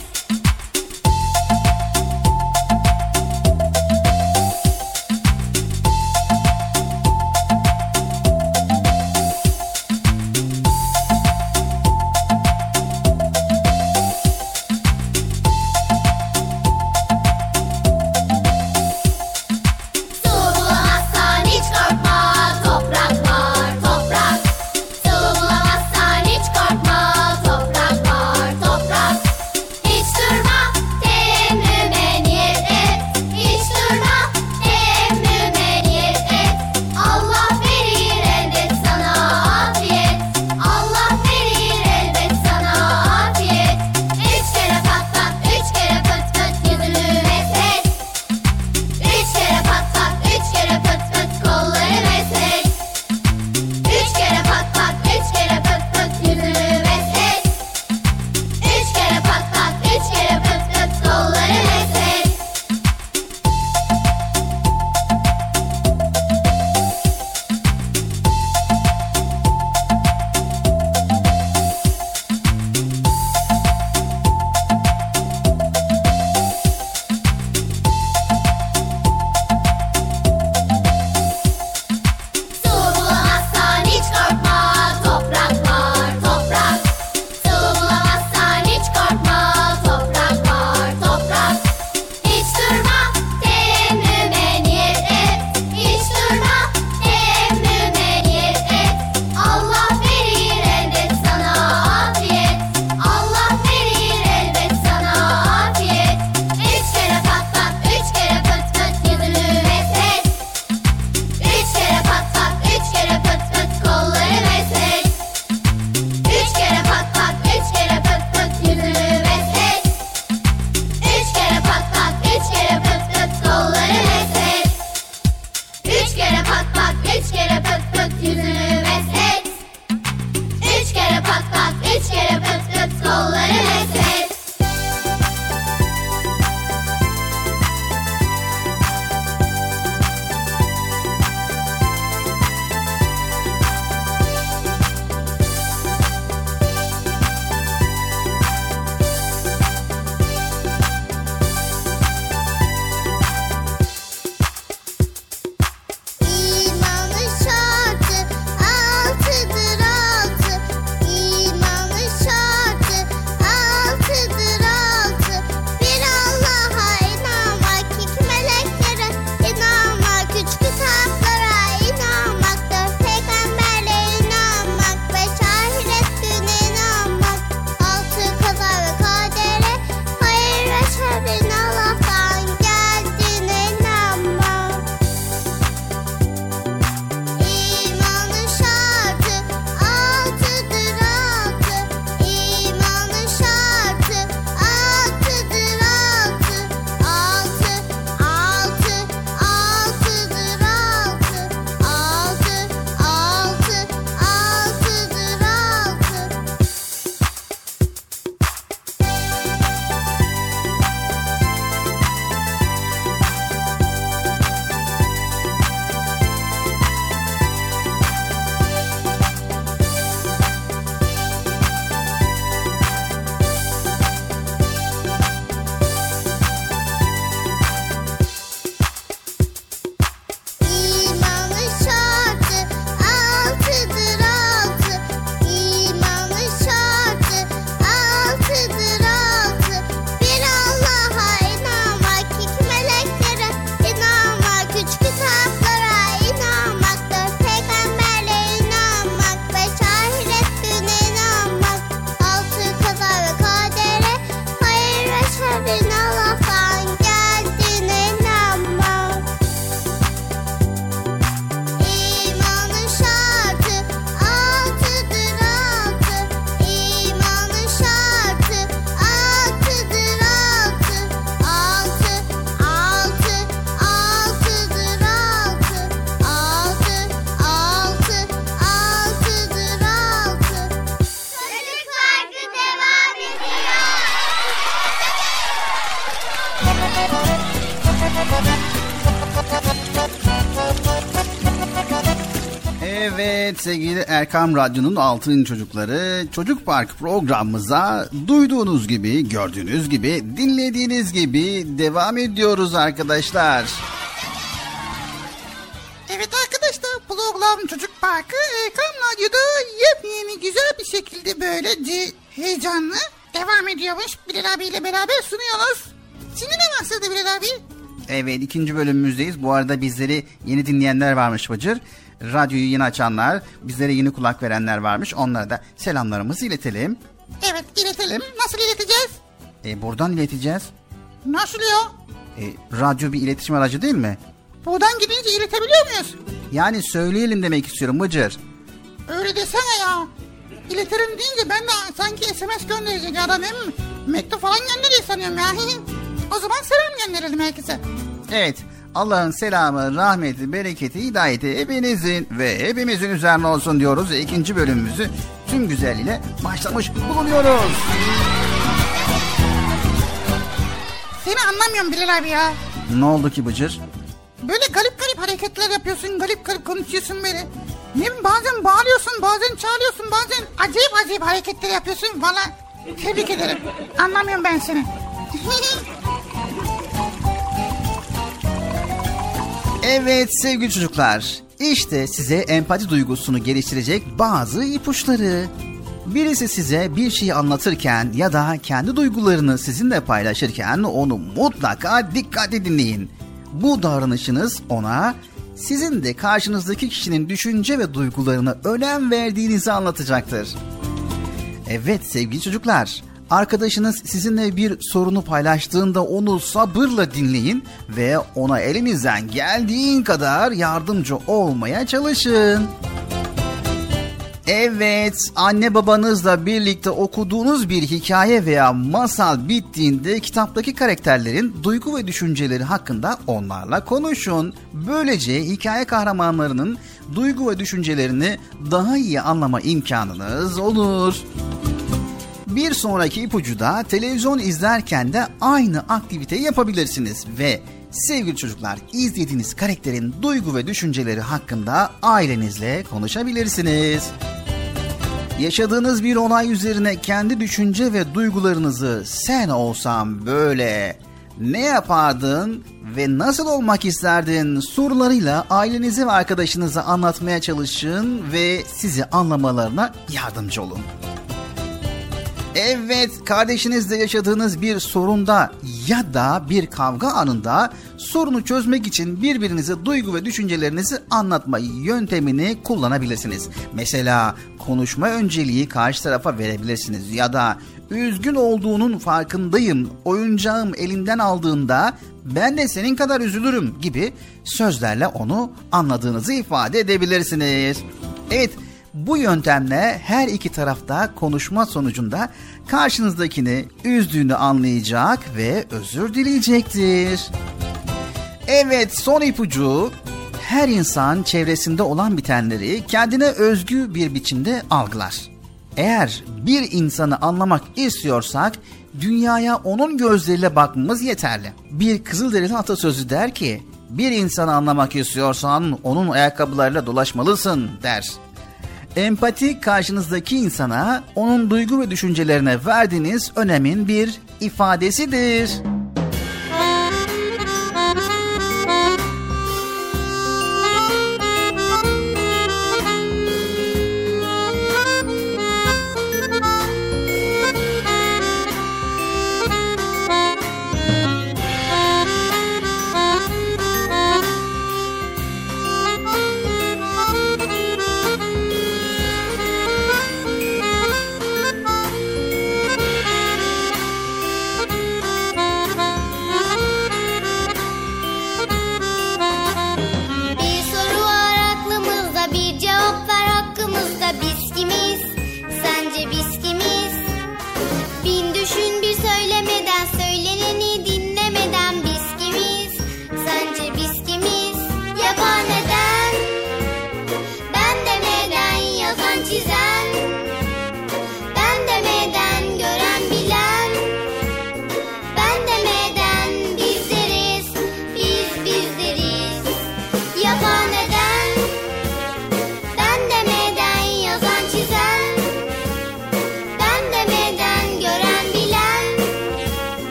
Evet sevgili Erkam Radyo'nun Altın Çocukları, Çocuk Park programımıza duyduğunuz gibi, gördüğünüz gibi, dinlediğiniz gibi devam ediyoruz arkadaşlar. Evet arkadaşlar, program Çocuk Parkı Erkam Radyo'da yepyeni güzel bir şekilde böylece heyecanlı devam ediyormuş. Bilal abiyle beraber sunuyoruz. Şimdi ne nasıldı Bilal abi? Evet, ikinci bölümümüzdeyiz. Bu arada bizleri yeni dinleyenler varmış Bıcır. Radyoyu yeni açanlar, bizlere yeni kulak verenler varmış. Onlara da selamlarımızı iletelim. Evet, iletelim. Nasıl ileteceğiz? E, buradan ileteceğiz. Nasıl ya? E, radyo bir iletişim aracı değil mi? Buradan gidince iletebiliyor muyuz? Yani söyleyelim demek istiyorum Bıcır. Öyle desene ya. İletirim deyince ben de sanki S M S gönderecek adam hem mektup falan gönderiyor sanıyorum ya. O zaman selam gönderelim herkese. Evet, Allah'ın selamı, rahmeti, bereketi, hidayeti hepinizin ve hepimizin üzerine olsun diyoruz. Ve ikinci bölümümüzü tüm güzelliğiyle başlamış bulunuyoruz. Seni anlamıyorum Bilal abi ya. Ne oldu ki Bıcır? Böyle garip garip hareketler yapıyorsun, garip garip konuşuyorsun böyle. Ne bileyim, bazen bağırıyorsun, bazen çağırıyorsun, bazen acayip acayip hareketler yapıyorsun. Valla tebrik ederim. Anlamıyorum ben seni. Evet sevgili çocuklar, işte size empati duygusunu geliştirecek bazı ipuçları. Birisi size bir şeyi anlatırken ya da kendi duygularını sizinle paylaşırken onu mutlaka dikkatli dinleyin. Bu davranışınız ona sizin de karşınızdaki kişinin düşünce ve duygularına önem verdiğinizi anlatacaktır. Evet sevgili çocuklar, arkadaşınız sizinle bir sorunu paylaştığında onu sabırla dinleyin ve ona elinizden geldiğin kadar yardımcı olmaya çalışın. Evet, anne babanızla birlikte okuduğunuz bir hikaye veya masal bittiğinde kitaptaki karakterlerin duygu ve düşünceleri hakkında onlarla konuşun. Böylece hikaye kahramanlarının duygu ve düşüncelerini daha iyi anlama imkanınız olur. Bir sonraki ipucu da televizyon izlerken de aynı aktiviteyi yapabilirsiniz ve sevgili çocuklar, izlediğiniz karakterin duygu ve düşünceleri hakkında ailenizle konuşabilirsiniz. Yaşadığınız bir olay üzerine kendi düşünce ve duygularınızı sen olsam böyle ne yapardın ve nasıl olmak isterdin sorularıyla ailenize ve arkadaşınıza anlatmaya çalışın ve sizi anlamalarına yardımcı olun. Evet, kardeşinizle yaşadığınız bir sorunda ya da bir kavga anında sorunu çözmek için birbirinize duygu ve düşüncelerinizi anlatma yöntemini kullanabilirsiniz. Mesela konuşma önceliği karşı tarafa verebilirsiniz ya da üzgün olduğunun farkındayım, oyuncağım elinden aldığında ben de senin kadar üzülürüm gibi sözlerle onu anladığınızı ifade edebilirsiniz. Evet, bu yöntemle her iki tarafta konuşma sonucunda karşınızdakini üzdüğünü anlayacak ve özür dileyecektir. Evet, son ipucu, her insan çevresinde olan bitenleri kendine özgü bir biçimde algılar. Eğer bir insanı anlamak istiyorsak dünyaya onun gözleriyle bakmamız yeterli. Bir Kızılderili atasözü der ki, bir insanı anlamak istiyorsan onun ayakkabılarıyla dolaşmalısın der. Empati, karşınızdaki insana onun duygu ve düşüncelerine verdiğiniz önemin bir ifadesidir.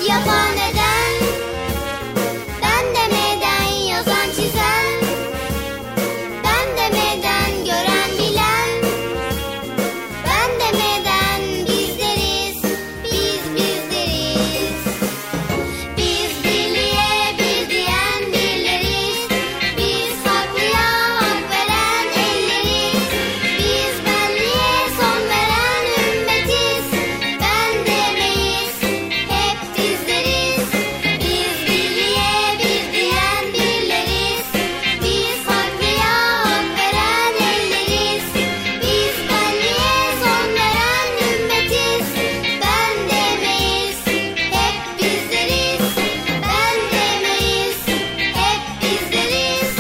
yapan eden, ben demeden yazan çizen, ben demeden gören bilen, ben demeden bizleriz, biz bizleriz. Biz birliğe bir diyen birleriz, biz haklıya hak veren elleriz, biz benliğe son veren ümmetiz, ben demeyiz, hep bizleriz. Biz birliğe bir diyen birleriz, biz haklıya hak veren elleriz, biz benliğe son veren ümmetiz, ben demeyiz, hep bizleriz, ben demeyiz, hep bizleriz.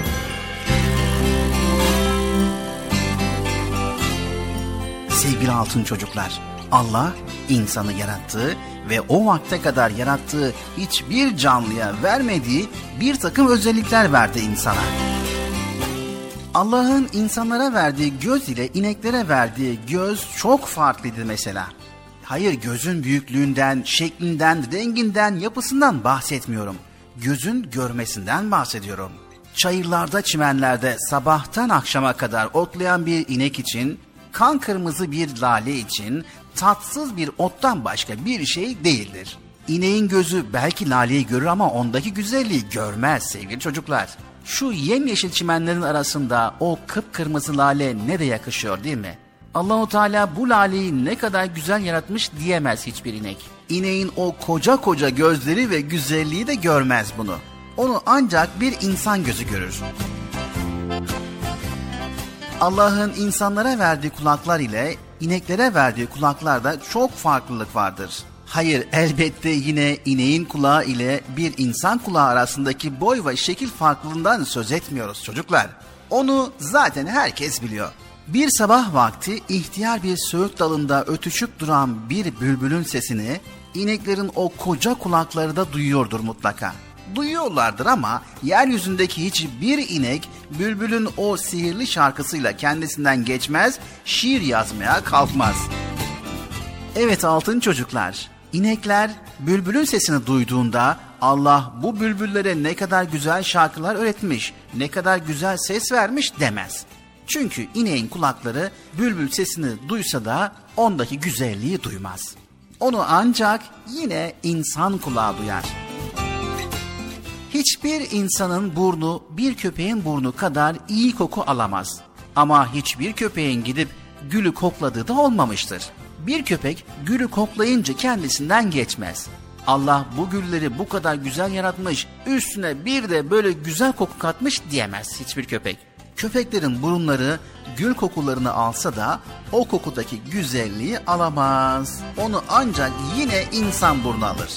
Sevgili altın çocuklar, Allah insanı yarattı ve o vakte kadar yarattığı hiçbir canlıya vermediği bir takım özellikler verdi insana. Allah'ın insanlara verdiği göz ile ineklere verdiği göz çok farklıydı mesela. Hayır, gözün büyüklüğünden, şeklinden, renginden, yapısından bahsetmiyorum. Gözün görmesinden bahsediyorum. Çayırlarda, çimenlerde sabahtan akşama kadar otlayan bir inek için, kan kırmızı bir lale için tatsız bir ottan başka bir şey değildir. İneğin gözü belki laleyi görür ama ondaki güzelliği görmez sevgili çocuklar. Şu yemyeşil çimenlerin arasında o kıpkırmızı lale ne de yakışıyor değil mi? Allahu Teala bu laleyi ne kadar güzel yaratmış diyemez hiçbir inek. İneğin o koca koca gözleri ve güzelliği de görmez bunu. Onu ancak bir insan gözü görür. Allah'ın insanlara verdiği kulaklar ile ineklere verdiği kulaklarda çok farklılık vardır. Hayır, elbette yine ineğin kulağı ile bir insan kulağı arasındaki boy ve şekil farklılığından söz etmiyoruz çocuklar. Onu zaten herkes biliyor. Bir sabah vakti ihtiyar bir söğüt dalında ötüşüp duran bir bülbülün sesini ineklerin o koca kulakları da duyuyordur mutlaka. Duyuyorlardır ama yeryüzündeki hiçbir inek bülbülün o sihirli şarkısıyla kendisinden geçmez, şiir yazmaya kalkmaz. Evet altın çocuklar, inekler bülbülün sesini duyduğunda Allah bu bülbüllere ne kadar güzel şarkılar öğretmiş, ne kadar güzel ses vermiş demez. Çünkü ineğin kulakları bülbül sesini duysa da ondaki güzelliği duymaz. Onu ancak yine insan kulağı duyar. Hiçbir insanın burnu bir köpeğin burnu kadar iyi koku alamaz. Ama hiçbir köpeğin gidip gülü kokladığı da olmamıştır. Bir köpek gülü koklayınca kendisinden geçmez. Allah bu gülleri bu kadar güzel yaratmış, üstüne bir de böyle güzel koku katmış diyemez hiçbir köpek. Köpeklerin burunları gül kokularını alsa da o kokudaki güzelliği alamaz. Onu ancak yine insan burnu alır.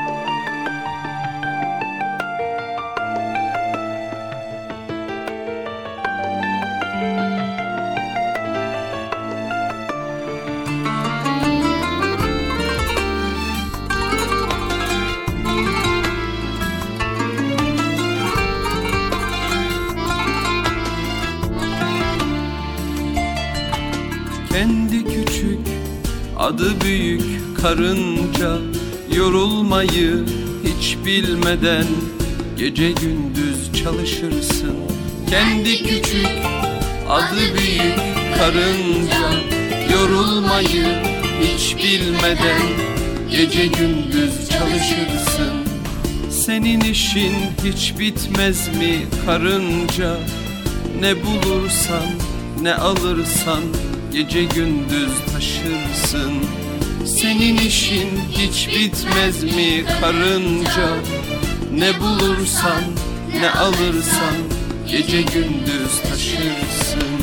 Kendi küçük, adı büyük karınca, yorulmayı hiç bilmeden gece gündüz çalışırsın. Kendi küçük, adı büyük karınca, yorulmayı hiç bilmeden gece gündüz çalışırsın. Senin işin hiç bitmez mi karınca? Ne bulursan, ne alırsan gece gündüz taşırsın. Senin işin hiç bitmez mi karınca? Ne bulursan, ne alırsan gece gündüz taşırsın.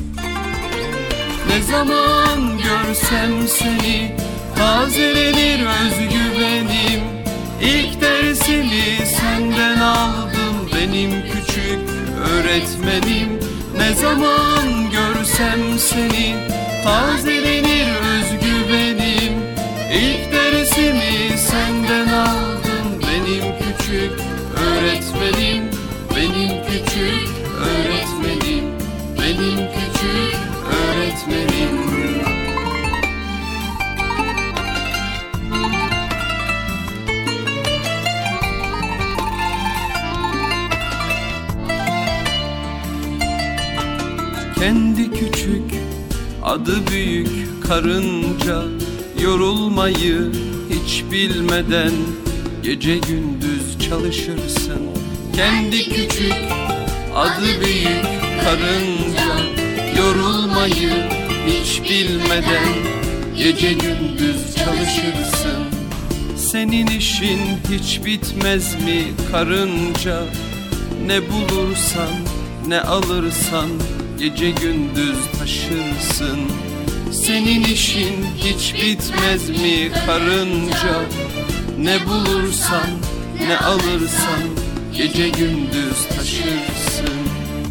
Ne zaman görsem seni tazelenir özgüvenim. İlk dersimi senden aldım benim küçük öğretmenim. Ne zaman görsem seni tazelenir özgüvenim. İlk dersimi senden aldım benim küçük öğretmenim. Benim küçük öğretmenim. Benim küçük öğretmenim. Kendi küçük, adı büyük karınca, yorulmayı hiç bilmeden gece gündüz çalışırsın. Kendi küçük, adı büyük karınca, yorulmayı hiç bilmeden gece gündüz çalışırsın. Senin işin hiç bitmez mi karınca? Ne bulursan, ne alırsan gece gündüz taşırsın. Senin işin hiç bitmez mi karınca? Ne bulursan, ne alırsan gece gündüz taşırsın.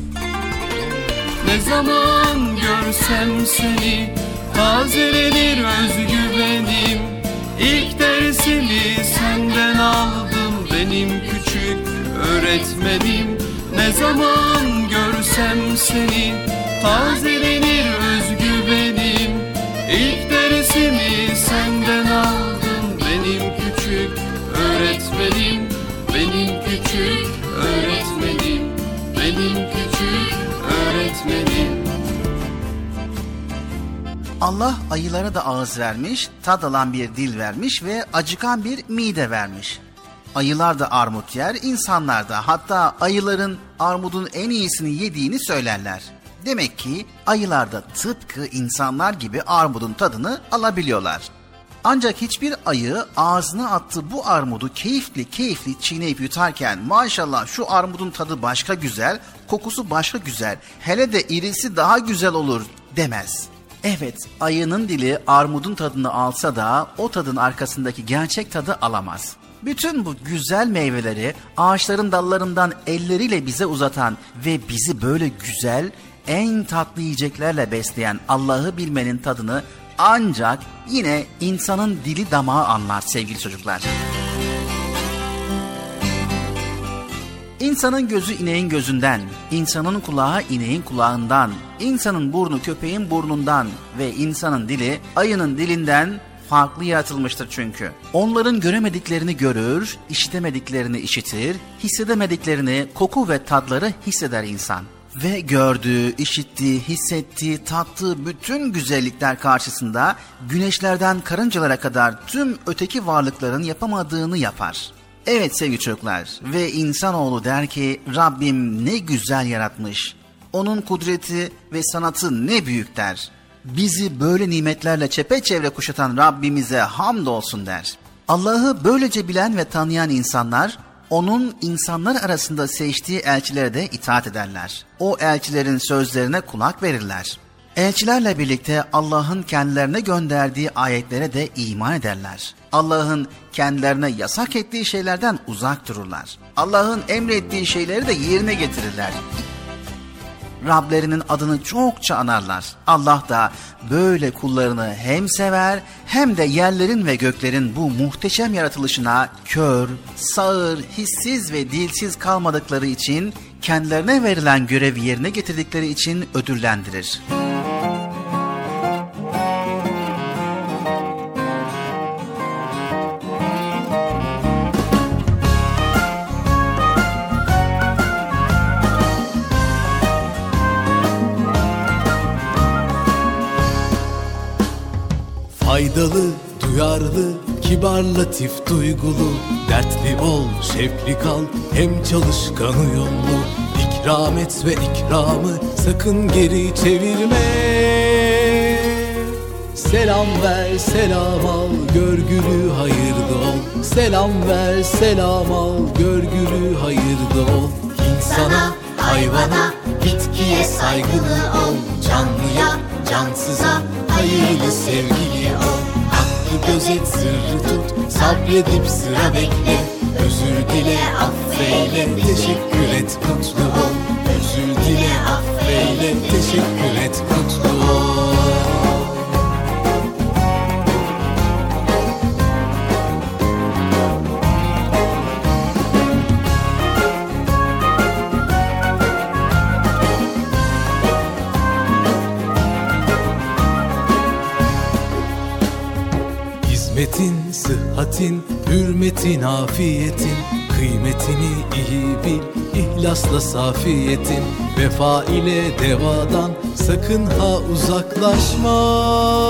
Ne zaman görsem seni tazelenir özgüvenim. İlk dersimi senden aldım benim küçük öğretmenim. Ne zaman görsem seni tazelenir özgüvenim. İlk dersimi senden aldım benim küçük öğretmenim. Benim küçük öğretmenim. Benim küçük öğretmenim. Allah ayılara da ağız vermiş, tad alan bir dil vermiş ve acıkan bir mide vermiş. Ayılar da armut yer, insanlar da, hatta ayıların armudun en iyisini yediğini söylerler. Demek ki ayılar da tıpkı insanlar gibi armudun tadını alabiliyorlar. Ancak hiçbir ayı ağzına attığı bu armudu keyifli keyifli çiğneyip yutarken maşallah şu armudun tadı başka güzel, kokusu başka güzel, hele de irisi daha güzel olur demez. Evet, ayının dili armudun tadını alsa da o tadın arkasındaki gerçek tadı alamaz. Bütün bu güzel meyveleri ağaçların dallarından elleriyle bize uzatan ve bizi böyle güzel, en tatlı yiyeceklerle besleyen Allah'ı bilmenin tadını ancak yine insanın dili damağı anlar sevgili çocuklar. İnsanın gözü ineğin gözünden, insanın kulağı ineğin kulağından, insanın burnu köpeğin burnundan ve insanın dili ayının dilinden farklı yaratılmıştır çünkü. Onların göremediklerini görür, işitemediklerini işitir, hissedemediklerini koku ve tatları hisseder insan. Ve gördüğü, işittiği, hissettiği, tattığı bütün güzellikler karşısında güneşlerden karıncalara kadar tüm öteki varlıkların yapamadığını yapar. Evet sevgili çocuklar, ve insanoğlu der ki Rabbim ne güzel yaratmış, onun kudreti ve sanatı ne büyük der. Bizi böyle nimetlerle çepeçevre kuşatan Rabbimize hamdolsun der. Allah'ı böylece bilen ve tanıyan insanlar, onun insanlar arasında seçtiği elçilere de itaat ederler. O elçilerin sözlerine kulak verirler. Elçilerle birlikte Allah'ın kendilerine gönderdiği ayetlere de iman ederler. Allah'ın kendilerine yasak ettiği şeylerden uzak dururlar. Allah'ın emrettiği şeyleri de yerine getirirler. Rablerinin adını çokça anarlar. Allah da böyle kullarını hem sever hem de yerlerin ve göklerin bu muhteşem yaratılışına kör, sağır, hissiz ve dilsiz kalmadıkları için, kendilerine verilen görevi yerine getirdikleri için ödüllendirir. Faydalı, duyarlı, kibar, latif, duygulu, dertli ol, şevkli kal, hem çalışkan uyumlu. İkram et ve ikramı sakın geri çevirme. Selam ver, selam al, görgülü hayırlı ol. Selam ver, selam al, görgülü hayırlı ol. İnsana, hayvana, bitkiye saygılı ol. Canlıya, cansıza hayırlı sevgili ol. Hakkı gözet, sırrı tut, sabredip sıra bekle. Özür dile, affeyle, teşekkür et, mutlu ol. Özür dile, affeyle, teşekkür et, mutlu ol. Hizmetin, sıhhatin, hürmetin, afiyetin, kıymetini iyi bil, İhlasla safiyetin, vefa ile devadan sakın ha uzaklaşma.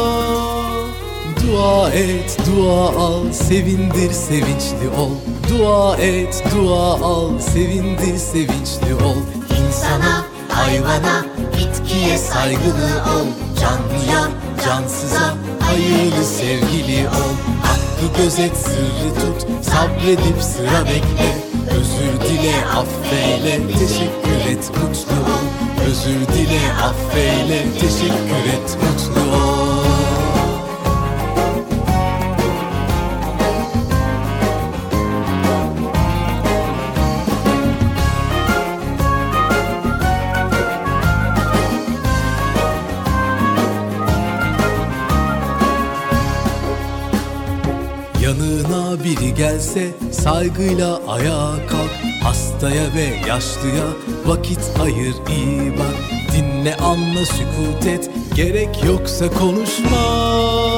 Dua et, dua al, sevindir, sevinçli ol. Dua et, dua al, sevindir, sevinçli ol. İnsana, hayvana, bitkiye saygılı ol. Canlıya, cansıza, hayırlı sevgili ol. Hakkı gözet, sırrı tut, sabredip sıra bekle. Özür dile, affeyle, teşekkür et, mutlu ol. Özür dile, affeyle, teşekkür et, mutlu ol. Yanına biri gelse saygıyla ayağa kalk. Hastaya ve yaşlıya vakit ayır, iyi bak. Dinle, anla, sükut et, gerek yoksa konuşma.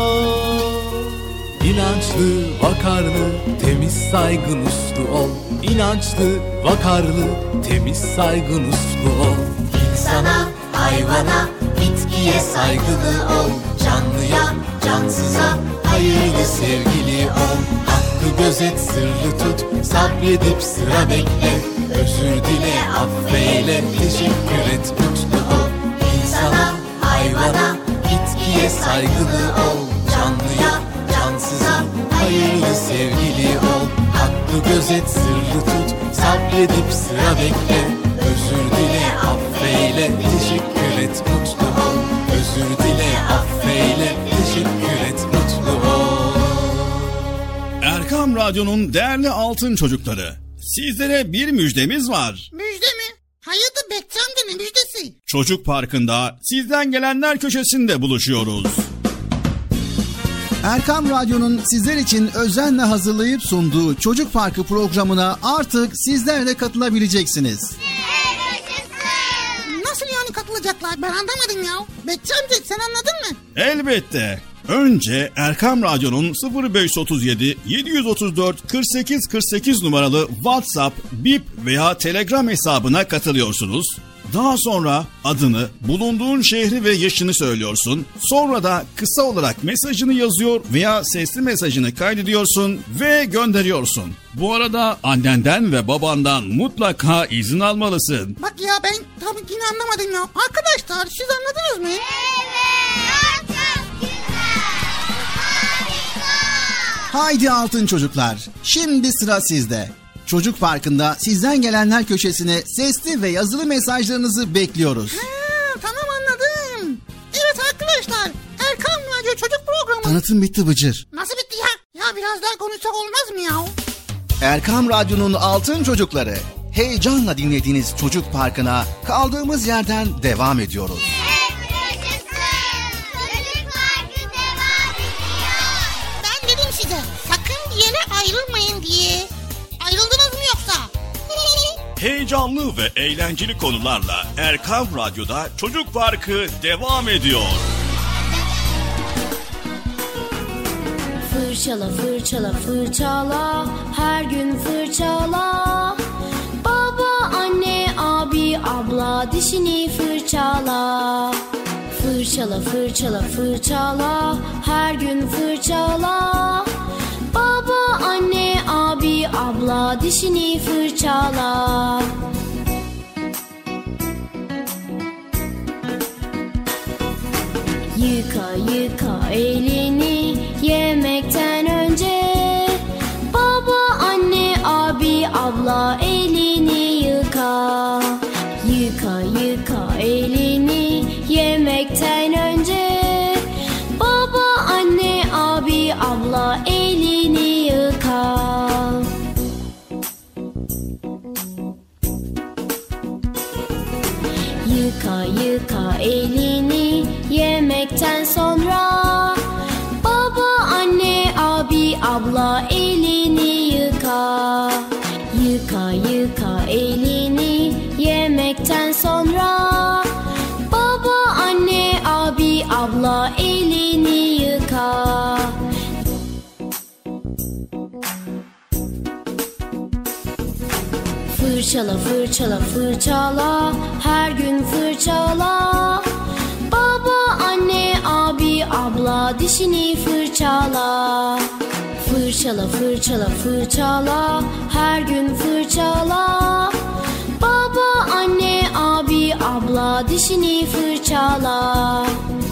İnançlı, vakarlı, temiz, saygın, uslu ol. İnançlı, vakarlı, temiz, saygın, uslu ol. İnsana, hayvana, bitkiye saygılı ol. Canlıya, cansıza, hayırlı sevgili ol. Hakkı gözet, sırrı tut, sabredip sıra bekle. Özür dile, affeyle, teşekkür et, mutlu ol. İnsana, hayvana, bitkiye saygılı ol. Canlıya, cansıza, hayırlı sevgili ol. Hakkı gözet, sırrı tut, sabredip sıra bekle. Özür dile, affeyle, teşekkür et, mutlu ol. Özür dile, affeyle, teşekkür et, mutlu ol. Erkam Radyo'nun değerli altın çocukları, sizlere bir müjdemiz var. Müjde mi? Hayırdır Bekçi amca, ne müjdesi? Çocuk Parkı'nda sizden gelenler köşesinde buluşuyoruz. Erkam Radyo'nun sizler için özenle hazırlayıp sunduğu Çocuk Parkı programına artık sizler de katılabileceksiniz. Nasıl yani katılacaklar? Ben anlamadım ya. Bekçi amca, sen anladın mı? Elbette. Önce Erkam Radyo'nun sıfır beş otuz yedi yedi otuz dört kırk sekiz kırk sekiz numaralı WhatsApp, Bip veya Telegram hesabına katılıyorsunuz. Daha sonra adını, bulunduğun şehri ve yaşını söylüyorsun. Sonra da kısa olarak mesajını yazıyor veya sesli mesajını kaydediyorsun ve gönderiyorsun. Bu arada annenden ve babandan mutlaka izin almalısın. Bak ya, ben tabii ki anlamadım ya. Arkadaşlar, siz anladınız mı? Evet, çok güzel. Harika. Haydi altın çocuklar, şimdi sıra sizde. Çocuk Parkı'nda sizden gelenler köşesine sesli ve yazılı mesajlarınızı bekliyoruz. Ha, tamam, anladım. Evet arkadaşlar, Erkam Radyo Çocuk Programı. Tanıtım bitti Bıcır. Nasıl bitti ya? Ya biraz daha konuşsak olmaz mı ya? Erkam Radyo'nun altın çocukları, heyecanla dinlediğiniz Çocuk Parkı'na kaldığımız yerden devam ediyoruz. Çocuk Parkı devam ediyor. Ben dedim size, sakın bir yere ayrılmayın diye. Ayrıldınız mı yoksa? Heyecanlı ve eğlenceli konularla Erkam Radyo'da Çocuk Parkı devam ediyor. Fırçala fırçala fırçala, her gün fırçala. Baba, anne, abi, abla, dişini fırçala. Fırçala fırçala fırçala, her gün fırçala. Baba, anne, abi, abla, dişini fırçala. Yıka yıka elini yemekten önce. Baba, anne, abi, abla, elini yıka. Yıka yıka elini yemekten önce. Baba, anne, abi, abla, elini yıka. Yıka yıka elini yemekten sonra. Baba, anne, abi, abla, elini yıka. Yıka yıka elini yemekten sonra. Baba, anne, abi, abla, elini yıka. Fırçala fırçala fırçala, her gün fırçala. Baba, anne, abi, abla, dişini fırçala. Fırçala fırçala fırçala, her gün fırçala. Baba, anne, abi, abla, dişini fırçala.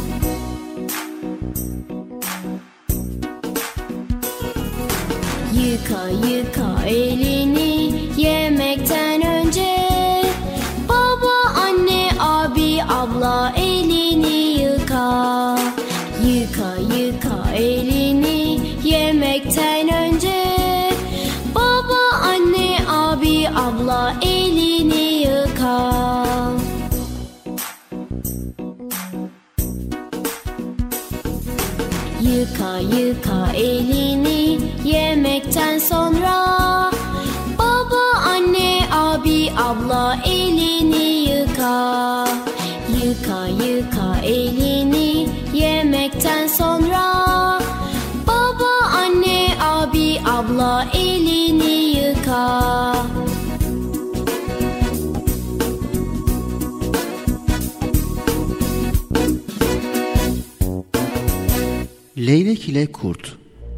Yıka yıka elini yemekten önce. Baba, anne, abi, abla, elini yıka. Yıka yıka elini yemekten önce. Baba, anne, abi, abla, elini yıka. Yıka yıka elini yemekten sonra. Baba, anne, abi, abla, elini yıka. Yıka yıka elini yemekten sonra. Baba, anne, abi, abla, elini yıka. Leylek ile Kurt.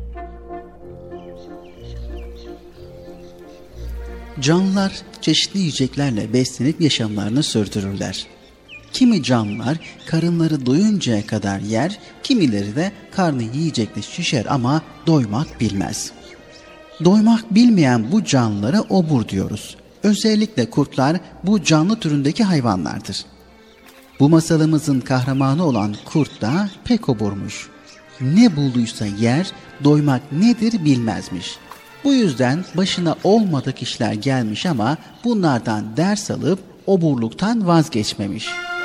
Canlılar çeşitli yiyeceklerle beslenip yaşamlarını sürdürürler. Kimi canlılar karınları doyuncaya kadar yer, kimileri de karnı yiyecekle şişer ama doymak bilmez. Doymak bilmeyen bu canlılara obur diyoruz. Özellikle kurtlar bu canlı türündeki hayvanlardır. Bu masalımızın kahramanı olan kurt da pek oburmuş. Ne bulduysa yer, doymak nedir bilmezmiş. Bu yüzden başına olmadık işler gelmiş ama bunlardan ders alıp oburluktan vazgeçmemiş.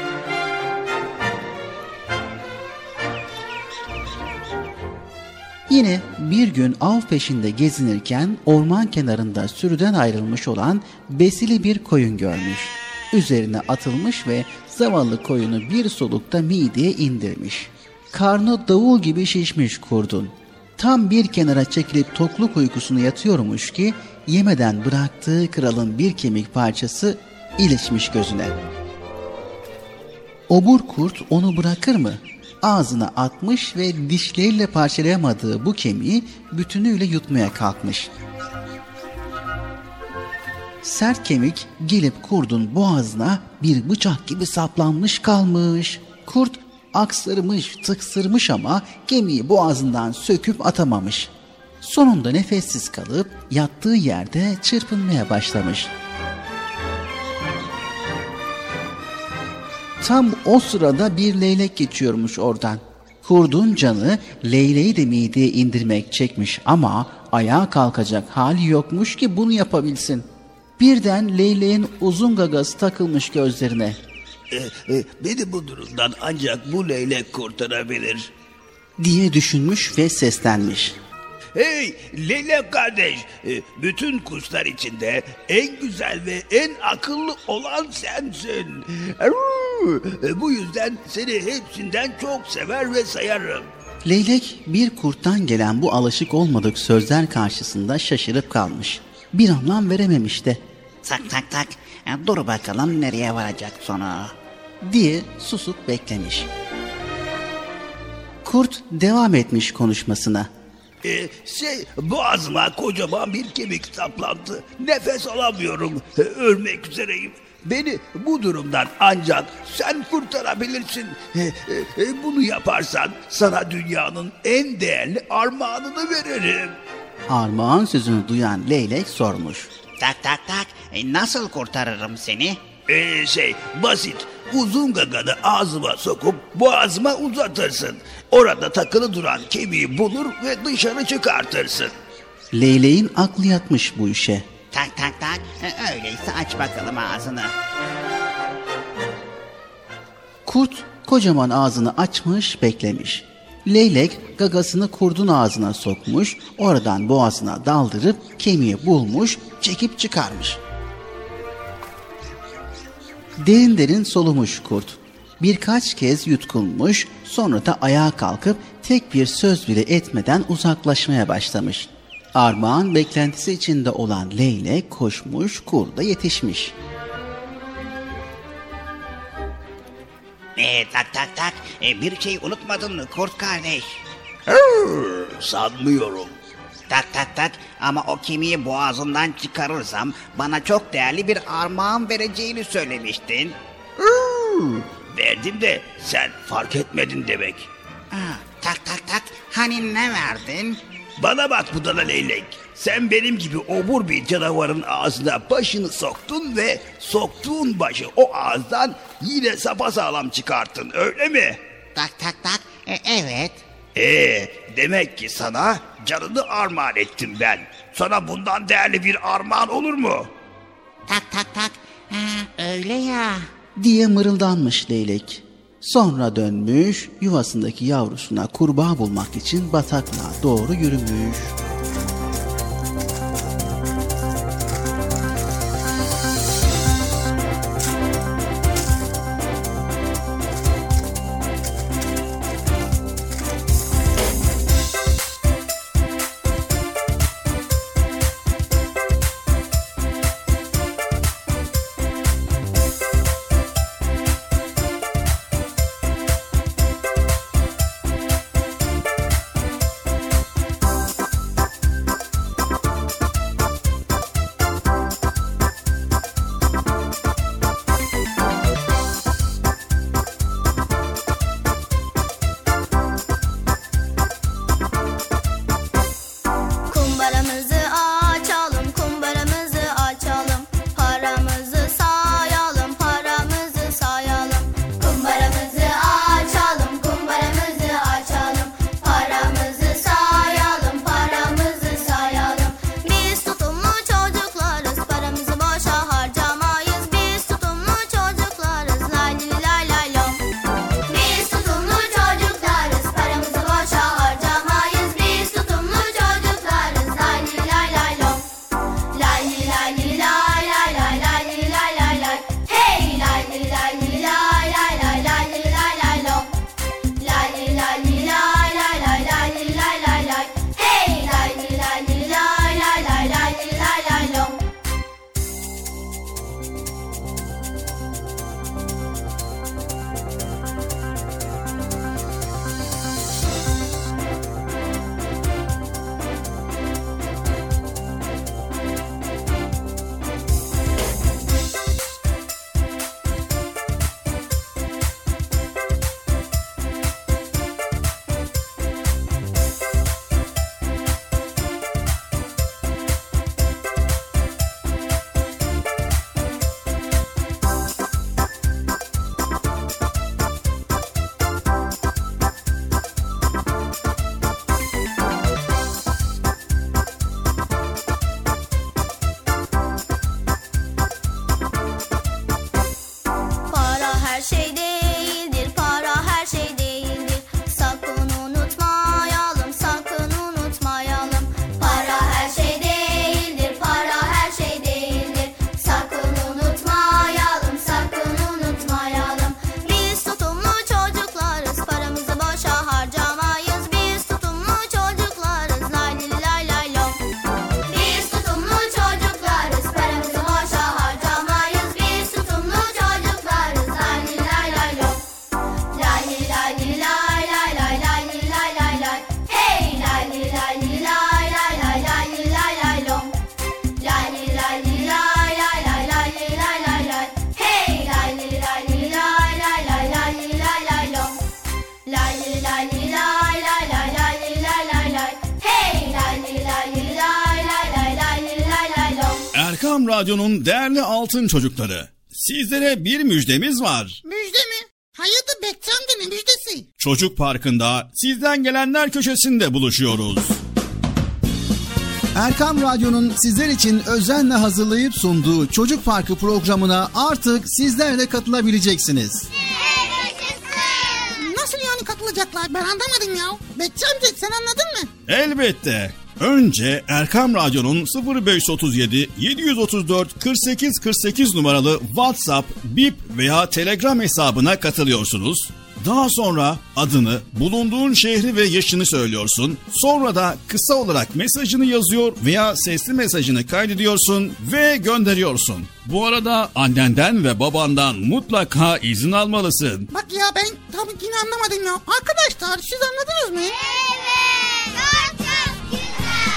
Yine bir gün av peşinde gezinirken orman kenarında sürüden ayrılmış olan besili bir koyun görmüş. Üzerine atılmış ve zavallı koyunu bir solukta mideye indirmiş. Karnı davul gibi şişmiş kurdun. Tam bir kenara çekilip tokluk uykusunu yatıyormuş ki yemeden bıraktığı kralın bir kemik parçası ilişmiş gözüne. Obur kurt onu bırakır mı? Ağzına atmış ve dişleriyle parçalayamadığı bu kemiği bütünüyle yutmaya kalkmış. Sert kemik gelip kurdun boğazına bir bıçak gibi saplanmış kalmış. Kurt aksırmış, tıksırmış ama kemiği boğazından söküp atamamış. Sonunda nefessiz kalıp yattığı yerde çırpınmaya başlamış. Tam o sırada bir leylek geçiyormuş oradan. Kurdun canı leyleği de mideye indirmek çekmiş ama ayağa kalkacak hali yokmuş ki bunu yapabilsin. Birden leyleğin uzun gagası takılmış gözlerine. E, e, beni bu durumdan ancak bu leylek kurtarabilir diye düşünmüş ve seslenmiş. Hey leylek kardeş, e, bütün kuşlar içinde en güzel ve en akıllı olan sensin. E, bu yüzden seni hepsinden çok sever ve sayarım. Leylek bir kurttan gelen bu alışık olmadık sözler karşısında şaşırıp kalmış. Bir anlam verememiş de. Tak tak tak, dur bakalım nereye varacak sonra diye susup beklemiş. Kurt devam etmiş konuşmasına. Ee, şey boğazıma kocaman bir kemik saplandı. Nefes alamıyorum. Ee, ölmek üzereyim. Beni bu durumdan ancak sen kurtarabilirsin. Ee, e, bunu yaparsan sana dünyanın en değerli armağanını veririm. Armağan sözünü duyan leylek sormuş. Tak tak tak, e, nasıl kurtarırım seni? Ee, şey basit. Uzun gaganı ağzıma sokup boğazıma uzatırsın. Orada takılı duran kemiği bulur ve dışarı çıkartırsın. Leyleğin aklı yatmış bu işe. Tak tak tak, e, öyleyse aç bakalım ağzını. Kurt kocaman ağzını açmış beklemiş. Leylek gagasını kurdun ağzına sokmuş, oradan boğazına daldırıp kemiği bulmuş, çekip çıkarmış. Derin derin solumuş kurt. Birkaç kez yutkunmuş, sonra da ayağa kalkıp tek bir söz bile etmeden uzaklaşmaya başlamış. Armağan beklentisi içinde olan leylek koşmuş, kurda yetişmiş. Ee, tak tak tak ee, bir şey unutmadın mı kurt kardeş? Hırr, sanmıyorum. Tak tak tak ama o kemiği boğazından çıkarırsam bana çok değerli bir armağan vereceğini söylemiştin. Hırr, verdim de sen fark etmedin demek. Aa, tak tak tak hani ne verdin? Bana bak budala leylek. Sen benim gibi obur bir canavarın ağzına başını soktun ve soktuğun başı o ağızdan yine sapasağlam çıkarttın, öyle mi? Tak tak tak e, evet. Ee, demek ki sana canını armağan ettim ben. Sana bundan değerli bir armağan olur mu? Tak tak tak ha, öyle ya. Diye mırıldanmış leylek. Sonra dönmüş, yuvasındaki yavrusuna kurbağa bulmak için bataklığa doğru yürümüş. Erkam Radyo'nun değerli altın çocukları, sizlere bir müjdemiz var. Müjde mi? Hayırdır Bekçi amca, ne müjdesi? Çocuk Parkı'nda sizden gelenler köşesinde buluşuyoruz. Erkam Radyo'nun sizler için özenle hazırlayıp sunduğu Çocuk Parkı programına artık sizler de katılabileceksiniz. Nasıl yani katılacaklar? Ben anlamadım ya. Bekçi amca, sen anladın mı? Elbette. Önce Erkam Radyo'nun sıfır beş otuz yedi yedi otuz dört kırk sekiz kırk sekiz numaralı WhatsApp, Bip veya Telegram hesabına katılıyorsunuz. Daha sonra adını, bulunduğun şehri ve yaşını söylüyorsun. Sonra da kısa olarak mesajını yazıyor veya sesli mesajını kaydediyorsun ve gönderiyorsun. Bu arada annenden ve babandan mutlaka izin almalısın. Bak ya ben tam yine anlamadım ya. Arkadaşlar siz anladınız mı? Evet. Çok güzel.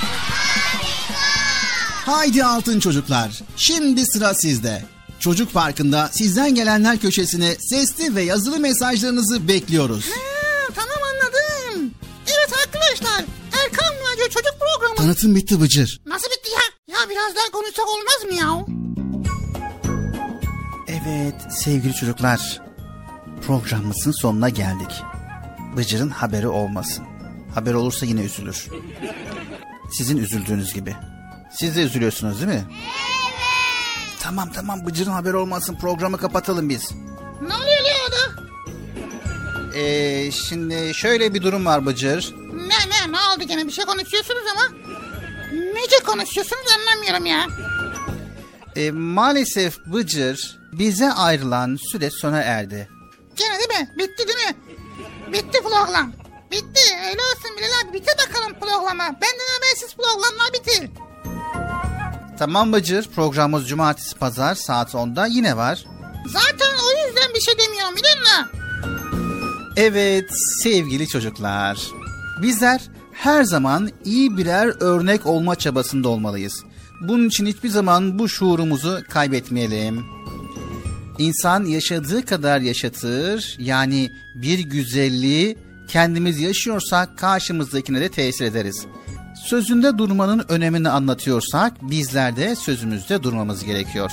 Harika. Haydi altın çocuklar, şimdi sıra sizde. Çocuk Parkı'nda sizden gelenler köşesine sesli ve yazılı mesajlarınızı bekliyoruz. Ha, tamam anladım. Evet arkadaşlar, Erkam Radyo Çocuk Programı. Tanıtım bitti Bıcır. Nasıl bitti ya? Ya biraz daha konuşsak olmaz mı ya? Evet sevgili çocuklar, programımızın sonuna geldik. Bıcır'ın haberi olmasın. Haber olursa yine üzülür. Sizin üzüldüğünüz gibi. Siz de üzülüyorsunuz değil mi? Tamam tamam Bıcır'ın haberi olmasın, programı kapatalım biz. Ne oluyor ya orada? Ee, şimdi şöyle bir durum var Bıcır. Ne ne ne oldu gene, bir şey konuşuyorsunuz ama nece konuşuyorsunuz anlamıyorum ya. Ee, maalesef Bıcır, bize ayrılan süre sona erdi. Gene değil mi? Bitti değil mi? Bitti program. Bitti. Öyle olsun Bilal abi. Bitir bakalım programı. Benden habersiz programlar bitir. Tamam Bıcır, programımız cumartesi pazar saat onda yine var. Zaten o yüzden bir şey demiyorum biliyor musun? Evet sevgili çocuklar, bizler her zaman iyi birer örnek olma çabasında olmalıyız. Bunun için hiçbir zaman bu şuurumuzu kaybetmeyelim. İnsan yaşadığı kadar yaşatır, yani bir güzelliği kendimiz yaşıyorsak karşımızdakine de tesir ederiz. Sözünde durmanın önemini anlatıyorsak bizler de sözümüzde durmamız gerekiyor.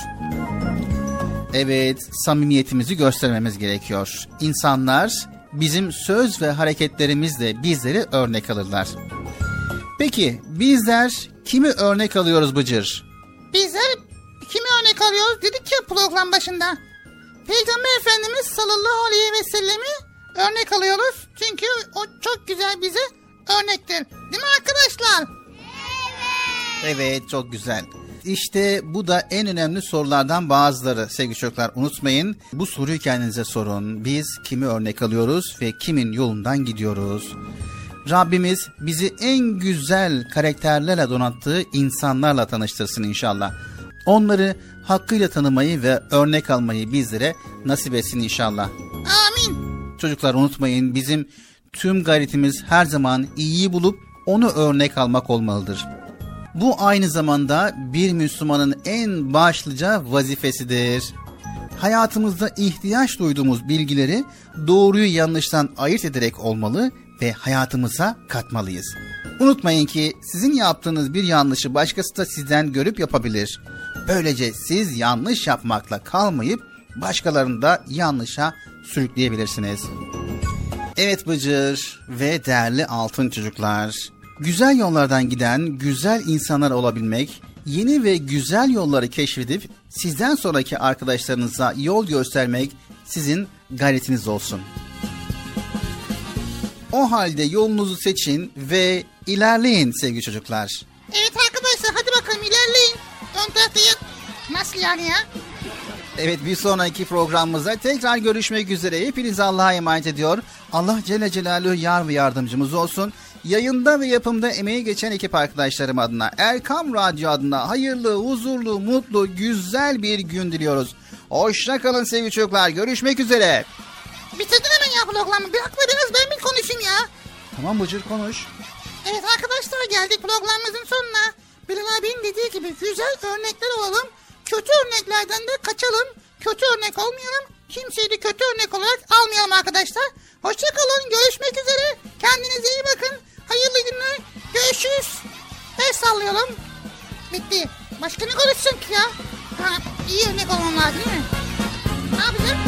Evet, samimiyetimizi göstermemiz gerekiyor. İnsanlar bizim söz ve hareketlerimizle bizleri örnek alırlar. Peki bizler kimi örnek alıyoruz Bıcır? Bizler kimi örnek alıyoruz dedik ya program başında. Peygamber Efendimiz sallallahu aleyhi ve sellemi örnek alıyoruz. Çünkü o çok güzel bize örnektir. Değil mi arkadaşlar? Evet. Evet, çok güzel. İşte bu da en önemli sorulardan bazıları sevgili çocuklar. Unutmayın, bu soruyu kendinize sorun. Biz kimi örnek alıyoruz ve kimin yolundan gidiyoruz? Rabbimiz bizi en güzel karakterlerle donattığı insanlarla tanıştırsın inşallah. Onları hakkıyla tanımayı ve örnek almayı bizlere nasip etsin inşallah. Amin. Çocuklar unutmayın, bizim tüm gayretimiz her zaman iyiyi bulup onu örnek almak olmalıdır. Bu aynı zamanda bir Müslümanın en başlıca vazifesidir. Hayatımızda ihtiyaç duyduğumuz bilgileri doğruyu yanlıştan ayırt ederek olmalı ve hayatımıza katmalıyız. Unutmayın ki sizin yaptığınız bir yanlışı başkası da sizden görüp yapabilir. Böylece siz yanlış yapmakla kalmayıp başkalarını da yanlışa sürükleyebilirsiniz. Evet Bıcır ve değerli altın çocuklar, güzel yollardan giden güzel insanlar olabilmek, yeni ve güzel yolları keşfedip sizden sonraki arkadaşlarınıza yol göstermek sizin gayretiniz olsun. O halde yolunuzu seçin ve ilerleyin sevgili çocuklar. Evet arkadaşlar, hadi bakalım ilerleyin. Ön tarafta ya. Nasıl yani ya? Evet, bir sonraki programımızda tekrar görüşmek üzere. Hepinizi Allah'a emanet ediyor. Allah Celle Celaluhu yar ve yardımcımız olsun. Yayında ve yapımda emeği geçen ekip arkadaşlarım adına, Erkam Radyo adına hayırlı, huzurlu, mutlu, güzel bir gün diliyoruz. Hoşça kalın sevgili çocuklar. Görüşmek üzere. Bitirdin hemen ya programı. Bir hakla biraz ben bir konuşayım ya. Tamam Bıcır, konuş. Evet arkadaşlar, geldik programımızın sonuna. Bilal abinin dediği gibi güzel örnekler olalım. Kötü örneklerden de kaçalım. Kötü örnek olmayalım. Kimseyi de kötü örnek olarak almayalım arkadaşlar. Hoşça kalın. Görüşmek üzere. Kendinize iyi bakın. Hayırlı günler. Görüşürüz. El sallayalım. Bitti. Başka ne konuşacağım ki ya? Ha, iyi örnek olmam lazım değil mi? Ne yapacağım?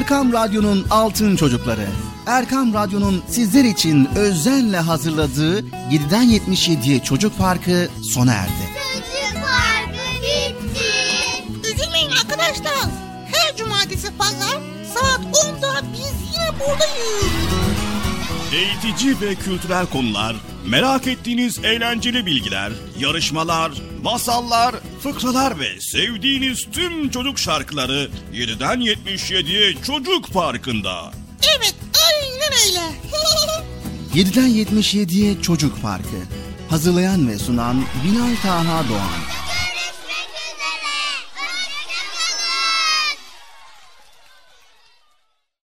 Erkam Radyo'nun Altın Çocukları. Erkam Radyo'nun sizler için özenle hazırladığı yediden yetmiş yediye Çocuk Parkı sona erdi. Çocuk Parkı bitti. Üzülmeyin arkadaşlar. Her cumartesi pazar saat onda biz yine buradayız. Eğitici ve kültürel konular, merak ettiğiniz eğlenceli bilgiler, yarışmalar, masallar, fıkralar ve sevdiğiniz tüm çocuk şarkıları yediden yetmiş yediye Çocuk Parkı'nda. Evet, aynen öyle. yediden yetmiş yediye Çocuk Parkı. Hazırlayan ve sunan Bilal Taha Doğan.